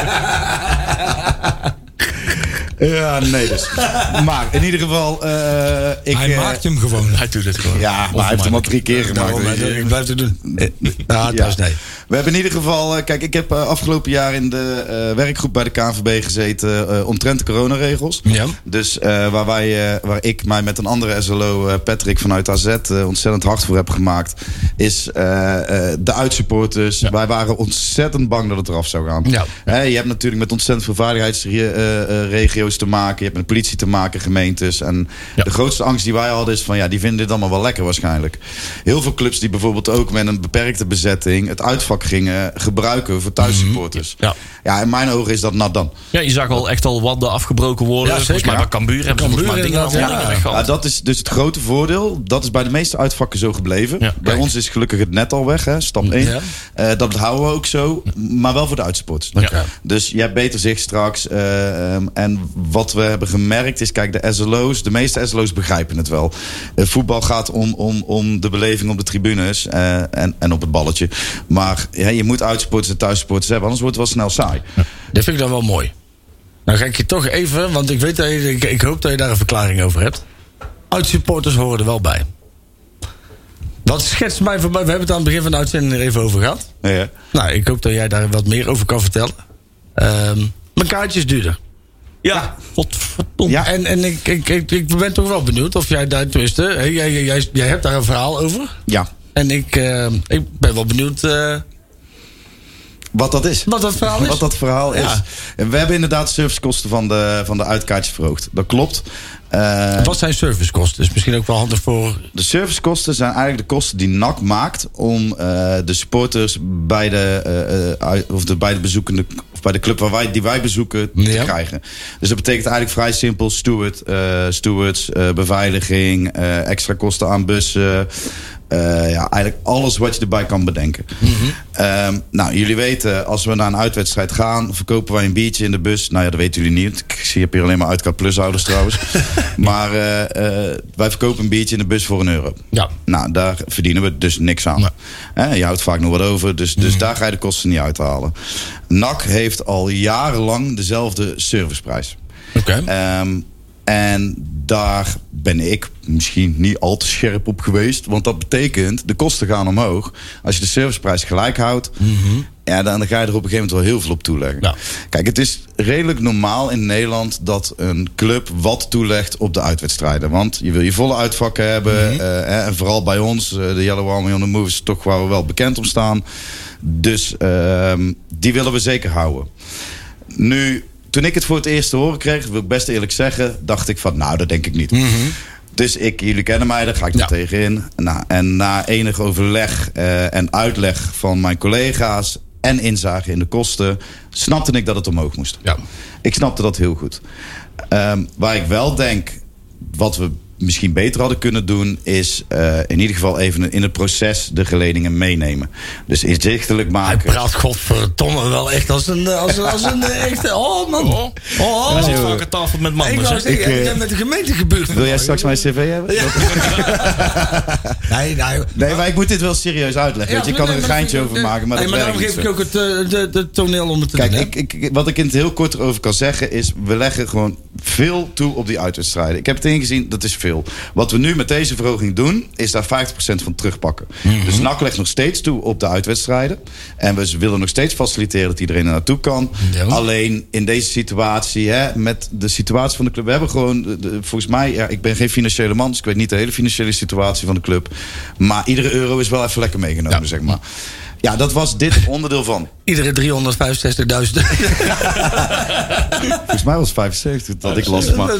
Ja, nee dus. Maar in ieder geval... Uh, ik, hij uh, maakt hem gewoon. Hij doet het gewoon. Ja, maar hij heeft hem al drie keer gemaakt. Ja, dus ik blijf het doen. Ja, het was nee. We hebben in ieder geval... Uh, kijk, ik heb uh, afgelopen jaar in de uh, werkgroep bij de K N V B gezeten... Uh, omtrent de coronaregels. Ja. Dus uh, waar, wij, uh, waar ik mij met een andere S L O, uh, Patrick vanuit A Z... Uh, ontzettend hard voor heb gemaakt... is uh, uh, de uitsupporters. Ja. Wij waren ontzettend bang dat het eraf zou gaan. Ja. Uh, je hebt natuurlijk met ontzettend veel veiligheidsregio's... Uh, te maken, je hebt met de politie te maken, gemeentes. En ja. de grootste angst die wij hadden is van ja, die vinden dit allemaal wel lekker waarschijnlijk. Heel veel clubs die bijvoorbeeld ook met een beperkte bezetting het uitvak gingen gebruiken voor thuissupporters. Mm-hmm. Ja. ja, in mijn ogen is dat nat dan. Ja, je zag al echt al wanden afgebroken worden. Ja, volgens mij bij Cambuur hebben ze volgens mij dingen, dingen ja. weggehad. Ja, dat is dus het grote voordeel. Dat is bij de meeste uitvakken zo gebleven. Ja, bij ons is gelukkig het net al weg, hè, stap één. Ja. Uh, dat houden we ook zo, maar wel voor de uitsupporters. Ja. Dus je hebt beter zicht straks. Uh, um, en wat we hebben gemerkt is, kijk, de S L O's, de meeste S L O's begrijpen het wel. Uh, voetbal gaat om, om, om de beleving op de tribunes uh, en, en op het balletje. Maar ja, je moet uitsporters en thuissporters hebben, anders wordt het wel snel saai. Ja. Dat vind ik dan wel mooi. Nou ga ik je toch even, want ik weet dat je, ik, ik hoop dat je daar een verklaring over hebt. Uitsupporters horen er wel bij. Wat schetst mij voor mij? We hebben het aan het begin van de uitzending er even over gehad. Ja. Nou, ik hoop dat jij daar wat meer over kan vertellen. Um, mijn kaartje is duurder. Ja, wat verdomd. Ja, en, en ik, ik, ik, ik ben toch wel benieuwd of jij daar tenminste... Jij, jij, jij, jij hebt daar een verhaal over. Ja. En ik, uh, ik ben wel benieuwd... Uh, Wat dat is. Wat dat verhaal is. Wat dat verhaal ja. is. We hebben inderdaad servicekosten van de, van de uitkaartjes verhoogd. Dat klopt. Uh, Wat zijn servicekosten? Dus misschien ook wel handig voor... De servicekosten zijn eigenlijk de kosten die N A C maakt... om uh, de supporters bij de, uh, uh, of de, bij de bezoekende... of bij de club waar wij, die wij bezoeken te ja. krijgen. Dus dat betekent eigenlijk vrij simpel... steward, uh, stewards, uh, beveiliging... Uh, extra kosten aan bussen... Uh, ja, eigenlijk alles wat je erbij kan bedenken. Mm-hmm. Um, nou, jullie weten, als we naar een uitwedstrijd gaan... verkopen wij een biertje in de bus. Nou ja, dat weten jullie niet. Ik zie hier alleen maar Uitkaart Plus ouders trouwens. Maar uh, uh, wij verkopen een biertje in de bus voor een euro. Ja. Nou, daar verdienen we dus niks aan. Nee. Eh, je houdt vaak nog wat over, dus, dus mm. daar ga je de kosten niet uithalen. N A C heeft al jarenlang dezelfde serviceprijs. Oké. Okay. Um, En daar ben ik misschien niet al te scherp op geweest. Want dat betekent, de kosten gaan omhoog. Als je de serviceprijs gelijk houdt... Mm-hmm. Ja, dan ga je er op een gegeven moment wel heel veel op toeleggen. Ja. Kijk, het is redelijk normaal in Nederland dat een club wat toelegt op de uitwedstrijden. Want je wil je volle uitvakken hebben. Mm-hmm. Uh, en vooral bij ons, uh, de Yellow Army on the Move is toch waar we wel bekend om staan. Dus uh, die willen we zeker houden. Nu, toen ik het voor het eerst te horen kreeg, wil ik best eerlijk zeggen, dacht ik van, nou, dat denk ik niet. Mm-hmm. Dus ik, jullie kennen mij, daar ga ik er ja. tegenin. Nou, en na enig overleg uh, en uitleg van mijn collega's en inzage in de kosten, snapte ik dat het omhoog moest. Ja. Ik snapte dat heel goed. Um, waar ik wel denk, wat we misschien beter hadden kunnen doen, is uh, in ieder geval even in het proces de geledingen meenemen. Dus inzichtelijk maken. Hij praat godverdomme wel echt als een, als, als een echte, oh man. Oh, oh. Hij zit vaak aan tafel met mannen. Ik, ik, ik, ik heb met de gemeente gebeurd. Wil jij straks mijn cv hebben? Ja. nee, nee, nee, maar ik moet dit wel serieus uitleggen. Ja, je kan er een geintje over maken, maar, nee, maar daarom geef ik ook het de, de, de toneel om het te Kijk, doen. Ik, ik, wat ik in het heel kort erover kan zeggen is, we leggen gewoon veel toe op die uitwedstrijden. Ik heb het ingezien, dat is veel. Wat we nu met deze verhoging doen, is daar vijftig procent van terugpakken. Mm-hmm. Dus N A C legt nog steeds toe op de uitwedstrijden. En we willen nog steeds faciliteren dat iedereen er naartoe kan. Ja. Alleen in deze situatie, hè, met de situatie van de club, we hebben gewoon, de, de, volgens mij, ja, ik ben geen financiële man, dus ik weet niet de hele financiële situatie van de club. Maar iedere euro is wel even lekker meegenomen, ja. zeg maar. Ja, dat was dit onderdeel van. Iedere driehonderdvijfenzestigduizend. Volgens mij was het vijfenzeventig dat ik last van.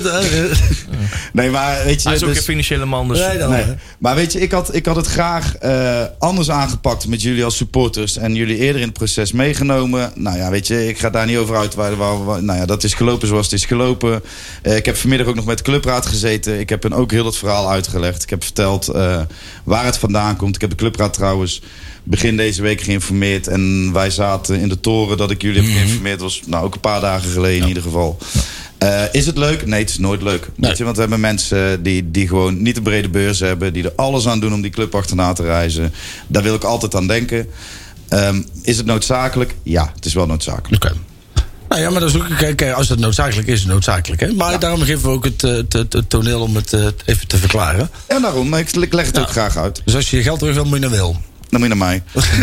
Nee, maar weet je... Hij is ook dus, geen financiële man, dus... Nee, nee. Maar weet je, ik had, ik had het graag uh, anders aangepakt met jullie als supporters en jullie eerder in het proces meegenomen. Nou ja, weet je, ik ga daar niet over uitweiden. Waar, waar, nou ja, dat is gelopen zoals het is gelopen. Uh, ik heb vanmiddag ook nog met de clubraad gezeten. Ik heb hen ook heel het verhaal uitgelegd. Ik heb verteld uh, waar het vandaan komt. Ik heb de clubraad trouwens begin deze week geïnformeerd. En wij zaten in de toren dat ik jullie heb geïnformeerd. Dat was nou ook een paar dagen geleden ja. in ieder geval. Uh, is het leuk? Nee, het is nooit leuk. Nee. Weet je, want we hebben mensen die, die gewoon niet een brede beurs hebben. Die er alles aan doen om die club achterna te reizen. Daar wil ik altijd aan denken. Um, is het noodzakelijk? Ja, het is wel noodzakelijk. Oké. Okay. Nou ja, maar dat is ook, kijk, als het noodzakelijk is, is het noodzakelijk. Hè? Maar ja. daarom geven we ook het, het, het, het toneel om het uh, even te verklaren. Ja, daarom. Ik, ik leg het ja. ook graag uit. Dus als je je geld terug wil, moet je naar Wil. Dan moet je naar mij.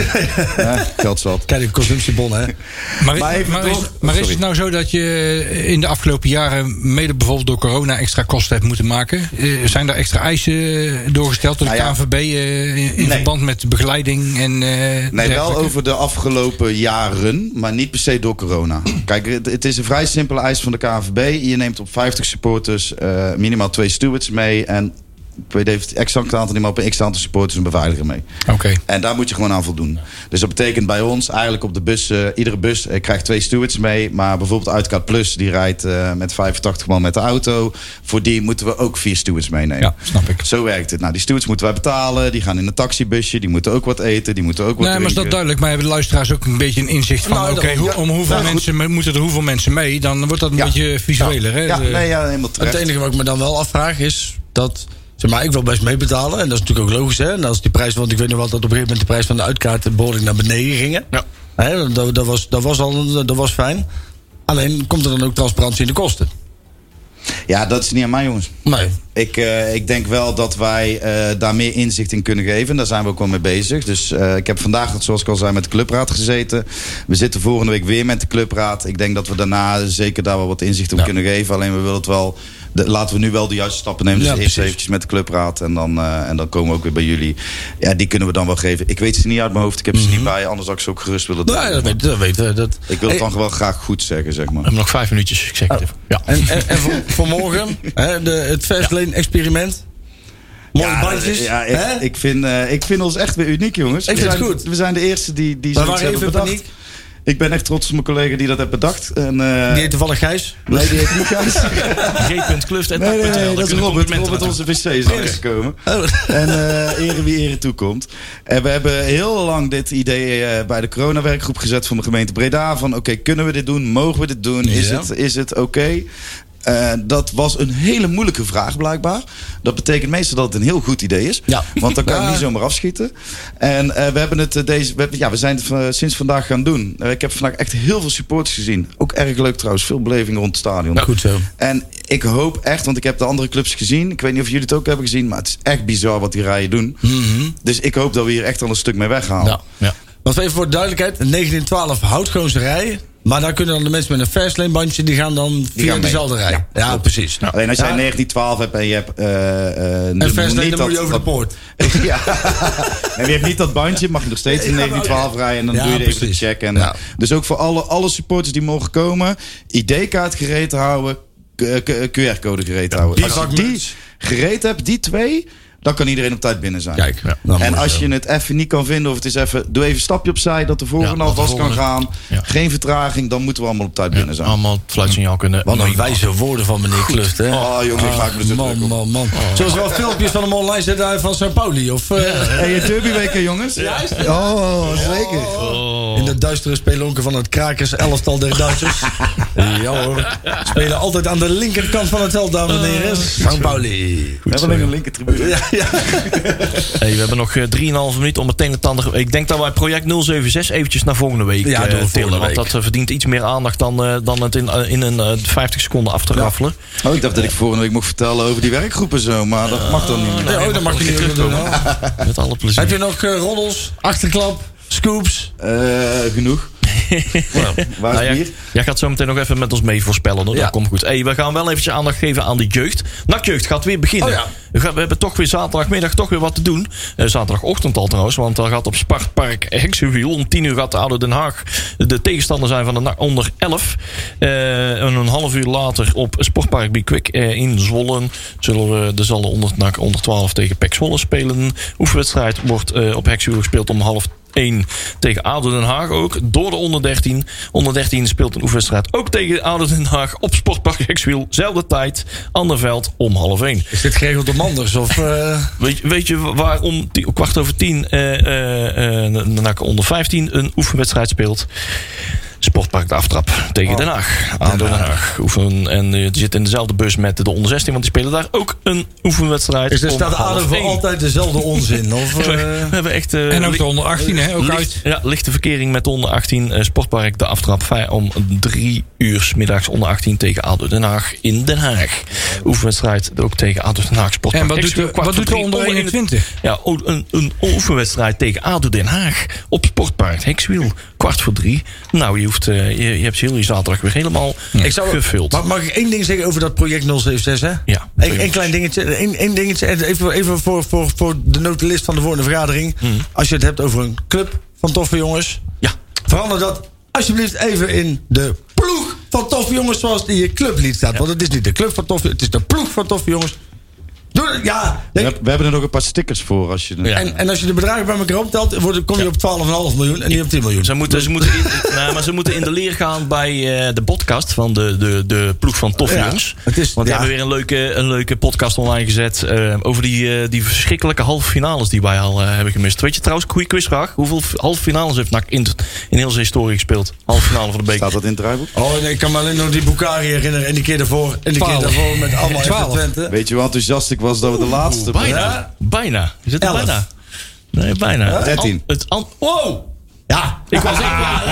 Ja, geld zat. Kijk, een consumptiebon, hè. Maar, maar, is, maar, is, maar is het nou zo dat je in de afgelopen jaren, mede bijvoorbeeld door corona, extra kosten hebt moeten maken? Zijn daar extra eisen doorgesteld door de nou ja. K N V B uh, in nee. verband met begeleiding? En, uh, nee, dergelijke? Wel over de afgelopen jaren, maar niet per se door corona. Kijk, het, het is een vrij simpele eis van de K N V B. Je neemt op vijftig supporters uh, minimaal twee stewards mee en ik weet even het exacte aantal niet, maar op een x-aantal supporters een beveiliger mee. Okay. En daar moet je gewoon aan voldoen. Dus dat betekent bij ons eigenlijk op de bus, uh, iedere bus uh, krijgt twee stewards mee. Maar bijvoorbeeld Uitkaart Plus, die rijdt uh, met vijfentachtig man met de auto. Voor die moeten we ook vier stewards meenemen. Ja, snap ik. Zo werkt het. Nou, die stewards moeten wij betalen. Die gaan in een taxibusje. Die moeten ook wat eten. Die moeten ook wat nee, drinken. Maar is dat duidelijk? Maar hebben de luisteraars ook een beetje een inzicht van... Nou, oké, okay, ja, om hoeveel ja, mensen goed. moeten er hoeveel mensen mee? Dan wordt dat een ja. beetje visueler. Ja, hè? ja, nee, ja helemaal terecht. Het enige wat ik me dan wel afvraag is dat... Zeg maar, ik wil best meebetalen. En dat is natuurlijk ook logisch, hè. En als die prijs, want ik weet nog wel dat op een gegeven moment de prijs van de uitkaart behoorlijk naar beneden gingen. Ja. Hè, dat, dat, was, dat was al dat was fijn. Alleen komt er dan ook transparantie in de kosten. Ja, dat is niet aan mij, jongens. Nee. Ik, uh, ik denk wel dat wij uh, daar meer inzicht in kunnen geven. Daar zijn we ook wel mee bezig. Dus uh, ik heb vandaag, zoals ik al zei, met de clubraad gezeten. We zitten volgende week weer met de clubraad. Ik denk dat we daarna zeker daar wel wat inzicht op ja. kunnen geven. Alleen we willen het wel... De, laten we nu wel de juiste stappen nemen. Dus ja, eerst eventjes met de clubraad. En dan, uh, en dan komen we ook weer bij jullie. Ja, die kunnen we dan wel geven. Ik weet ze niet uit mijn hoofd. Ik heb ze mm-hmm. niet bij. Anders had ik ze ook gerust willen doen. Nou, ja, dat weet, dat weet, dat... Ik wil het dan wel graag goed zeggen, zeg maar. We hebben nog vijf minuutjes. Ik zeg het even. Ja. En, en, en voor, voor morgen, hè, de, het Fastlane-experiment. Mooie ja, bandjes. Ja, ik, ik, vind, uh, ik vind ons echt weer uniek, jongens. Ik we vind zijn, het goed. We zijn de eerste die, die zoiets hebben bedacht. Paniek. Ik ben echt trots op mijn collega die dat heeft bedacht. En, uh, die heet toevallig Gijs? Nee, die heet niet Gijs. G. Kluft en nee, nee, nee, dat is Robert. Robert, onze wc's is gekomen. Oh. En uh, ere wie ere toekomt. En we hebben heel lang dit idee uh, bij de coronawerkgroep gezet van de gemeente Breda. Van oké, okay, kunnen we dit doen? Mogen we dit doen? Is ja. het, is het oké? Okay? Uh, dat was een hele moeilijke vraag blijkbaar. Dat betekent meestal dat het een heel goed idee is. Ja. Want dan kan je Ja. niet zomaar afschieten. En uh, we hebben het uh, deze, we, hebben, ja, we zijn het uh, sinds vandaag gaan doen. Uh, ik heb vandaag echt heel veel supporters gezien. Ook erg leuk trouwens. Veel beleving rond het stadion. Goed zo. En ik hoop echt, want ik heb de andere clubs gezien. Ik weet niet of jullie het ook hebben gezien. Maar het is echt bizar wat die rijen doen. Mm-hmm. Dus ik hoop dat we hier echt al een stuk mee weghalen. Ja. Ja. Want even voor de duidelijkheid. negentien twaalf houdt gewoon zijn rij. Maar daar kunnen dan de mensen met een fastlane bandje. Die gaan dan via gaan mee. dezelfde rij. Ja, Ja, klopt. precies. Nou, Alleen als jij ja, negentien twaalf hebt en je hebt... Uh, uh, en de- fastlane, niet dan moet je over de dat- poort. Ja. En je hebt niet dat bandje, mag je nog steeds in negentien twaalf rijden. En dan Ja, doe je even precies. de check. En, Ja. Dus ook voor alle, alle supporters die mogen komen. I D-kaart gereed houden. Q- Q- Q R-code gereed houden. Als je die vakmuts. gereed hebt, die twee... Dan kan iedereen op tijd binnen zijn. Kijk. Ja, dan En mooi als zo. je het even niet kan vinden, of het is even, doe even een stapje opzij, dat de volgende Ja, dat de alvast kan volgende- gaan. Ja. Geen vertraging, dan moeten we allemaal op tijd binnen zijn. Allemaal het fluitsignaal kunnen. Wat een meemaken. wijze woorden van meneer Kluft, hè? Oh jongen, ik maak me er zo druk Man, op. man, man. Zoals wel filmpjes van hem online zetten uit van Sao Pauli. Of uh, Hey, je derbyweken jongens. Oh, zeker. in de duistere spelonken van het Krakers elftal der Duitsers. Ja hoor. Spelen altijd aan de linkerkant van het veld, dames en heren. Sao Pauli. We hebben alleen een linker tribune. Ja, ja. Hey, we hebben nog uh, drieënhalve minuten om meteen het andere... Ik denk dat wij project nul zeven zes eventjes naar volgende week Ja, uh, doen we tillen. volgende Want week. dat uh, verdient iets meer aandacht dan, uh, dan het in, uh, in een uh, vijftig seconden af te raffelen. Oh, ik dacht dat ik volgende week mocht vertellen over die werkgroepen zo, maar dat mag dan niet meer. Nee, oh, dat mag je niet meer doen. hoor. Met alle plezier. Heb je nog uh, roddels, achterklap, scoops? Uh, genoeg. Waar is Nou, het jij, bier? jij gaat zo meteen nog even met ons mee voorspellen. Hoor. Ja. Dat komt goed. Hey, we gaan wel eventjes aandacht geven aan de jeugd. N A C-jeugd gaat weer beginnen. Oh ja. we, gaan, we hebben toch weer zaterdagmiddag toch weer wat te doen. Uh, zaterdagochtend al trouwens. Want dan gaat op Sparkpark Heksenwiel om tien uur gaat de ADO Den Haag de tegenstander zijn van de N A C onder elf. Uh, en een half uur later op Sportpark Be Quick uh, in Zwolle zullen we de zal de onder, N A C onder twaalf tegen P E C Zwolle spelen. Oefenwedstrijd wordt uh, op Heksenwiel gespeeld om half één tegen ADO Den Haag ook. Door de onder dertien. Onder dertien speelt een oefenwedstrijd ook tegen ADO Den Haag op Sportpark Heksenwiel. Zelfde tijd. Ander veld om half één. Is dit geregeld om anders? Of, uh... Weet, weet je waarom die, kwart over tien uh, uh, uh, de N A C onder vijftien een oefenwedstrijd speelt? Sportpark de Aftrap tegen Den Haag. ADO Den Haag. Oefen, en uh, die zit in dezelfde bus met de onder zestien. Want die spelen daar ook een oefenwedstrijd. Is er om staat half ADO voor één. altijd dezelfde onzin? Of, uh... We hebben echt... Uh, En ook de onder achttien, hè? Ook licht, uit. Ja, lichte verkering met de onder achttien. Uh, Sportpark de Aftrap vij- om drie uur 's middags onder achttien tegen ADO Den Haag in Den Haag. Oefenwedstrijd ook tegen ADO Den Haag. Sportpark En wat doet de, Heksenwiel, kwart wat voor doet de drie, onder eenentwintig? Ja, o- een, een oefenwedstrijd tegen ADO Den Haag op Sportpark Heksenwiel. Kwart voor drie. Nou, je, hoeft, uh, je, je hebt heel je zaterdag weer helemaal Ik zou, gevuld. mag, mag ik één ding zeggen over dat project nul zeven zes? Hè? Ja. Eén één klein dingetje. Één, één dingetje. Even, even voor, voor, voor de notulist van de volgende vergadering. Mm. Als je het hebt over een club van toffe jongens. Ja. Verander dat alsjeblieft even in de ploeg van toffe jongens zoals die in je clublied staat. Want het is niet de club van toffe, het is de ploeg van toffe jongens. Doe het, ja. We, Denk, we hebben er nog een paar stickers voor. Als je Ja. en, en als je de bedragen bij elkaar optelt, wordt- kom je op twaalf komma vijf miljoen en niet op tien miljoen. Ze moeten, ze, moeten in, nou, maar ze moeten in de leer gaan bij uh, de podcast van de, de, de ploeg van Toffe Ja, Jongens. het is- Want die ja. hebben weer een leuke, een leuke podcast online gezet. Uh, over die, uh, die verschrikkelijke halve finales die wij al uh, hebben gemist. Weet je trouwens, goede quizvraag. Hoeveel halve finales heeft N A C in, in heel zijn historie gespeeld? Halve finale van de beker. Staat dat in het draaiboek? Oh nee, ik kan me alleen nog die Bukari herinneren. En die keer daarvoor. En die keer Twaalf. daarvoor met allemaal F C Twaalf. Twente. Weet je hoe enthousiast ik was dat we de laatste... Bijna. Ja. Bijna. Je zit er Elf. bijna. Nee, bijna. Het dertien. an- Het an- wow! Ja. Ik was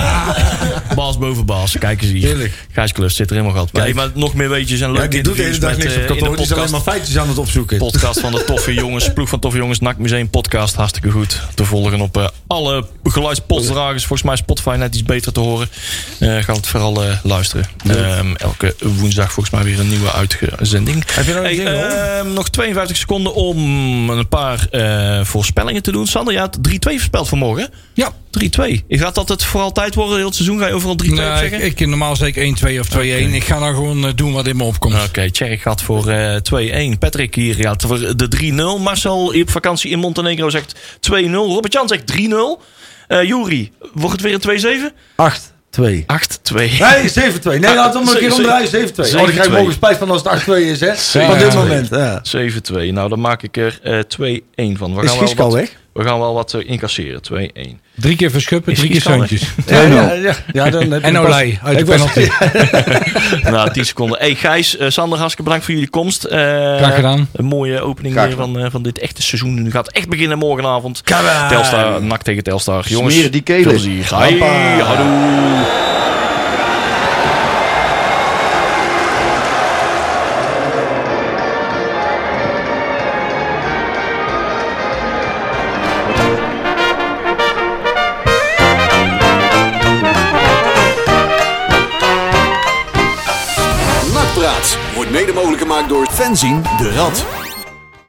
echt... Baas boven baas. Kijk eens hier. Heerlijk. Gijs Klus zit er helemaal gehad. Kijk, maar nog meer weetjes en Ja, leuke die doet de hele interviews dag met, niks op uh, in de kantoor. Die is alleen podcast. maar feitjes aan het opzoeken. Podcast van de Toffe Jongens, ploeg van Toffe Jongens, N A C Museum podcast, hartstikke goed te volgen op uh, alle geluidspotdragers. Volgens mij Spotify net iets beter te horen. Uh, ga het vooral uh, luisteren. Um, elke woensdag volgens mij weer een nieuwe uitzending. Heb je nog een jingle? Hey, uh, nog tweeënvijftig seconden om een paar uh, voorspellingen te doen. Sander, je had drie twee voorspeld vanmorgen. Ja. drie twee. Gaat dat het voor altijd worden? Heel het seizoen ga je overal drie twee Nou, ik, zeggen? ik normaal zeker één twee of twee één. Oké. Ik ga nou gewoon uh, doen wat in me opkomt. Oké, okay, Tjerk gaat voor uh, twee één. Patrick hier gaat voor de drie nul. Marcel op vakantie in Montenegro zegt twee nul. Robert-Jan zegt drie nul. Uh, Juri, wordt het weer een twee zeven? acht twee. acht twee. Nee, zeven twee. Nee, laten we hem een keer Zeven- omdraaien. zeven twee. Oh, zeven dan krijg ik twee. morgen spijt van als het acht twee is, hè? Zeven Op dit twee. moment. Ja. zeven twee. Nou, dan maak ik er uh, twee één van. We Is gaan wel Gisco wat- weg? We gaan wel wat uh, incasseren. twee één. Drie keer Verschuppen, Is drie keer iets kan, Zoontjes. Ja, ja, ja. ja dan heb je En pas- Olij uit de Ik was- penalty. Nou, tien seconden. Hey Gijs, uh, Sander, hartstikke bedankt voor jullie komst. Uh, Graag gedaan. Een mooie opening Graag weer van, uh, van dit echte seizoen. Nu gaat het echt beginnen morgenavond. Come on. Telstar, N A C tegen Telstar. Jongens, Smeren die kelen. veel plezier. Hai, Hoppa. houdoe. Nakpraat wordt mede mogelijk gemaakt door Fenzin de Rad.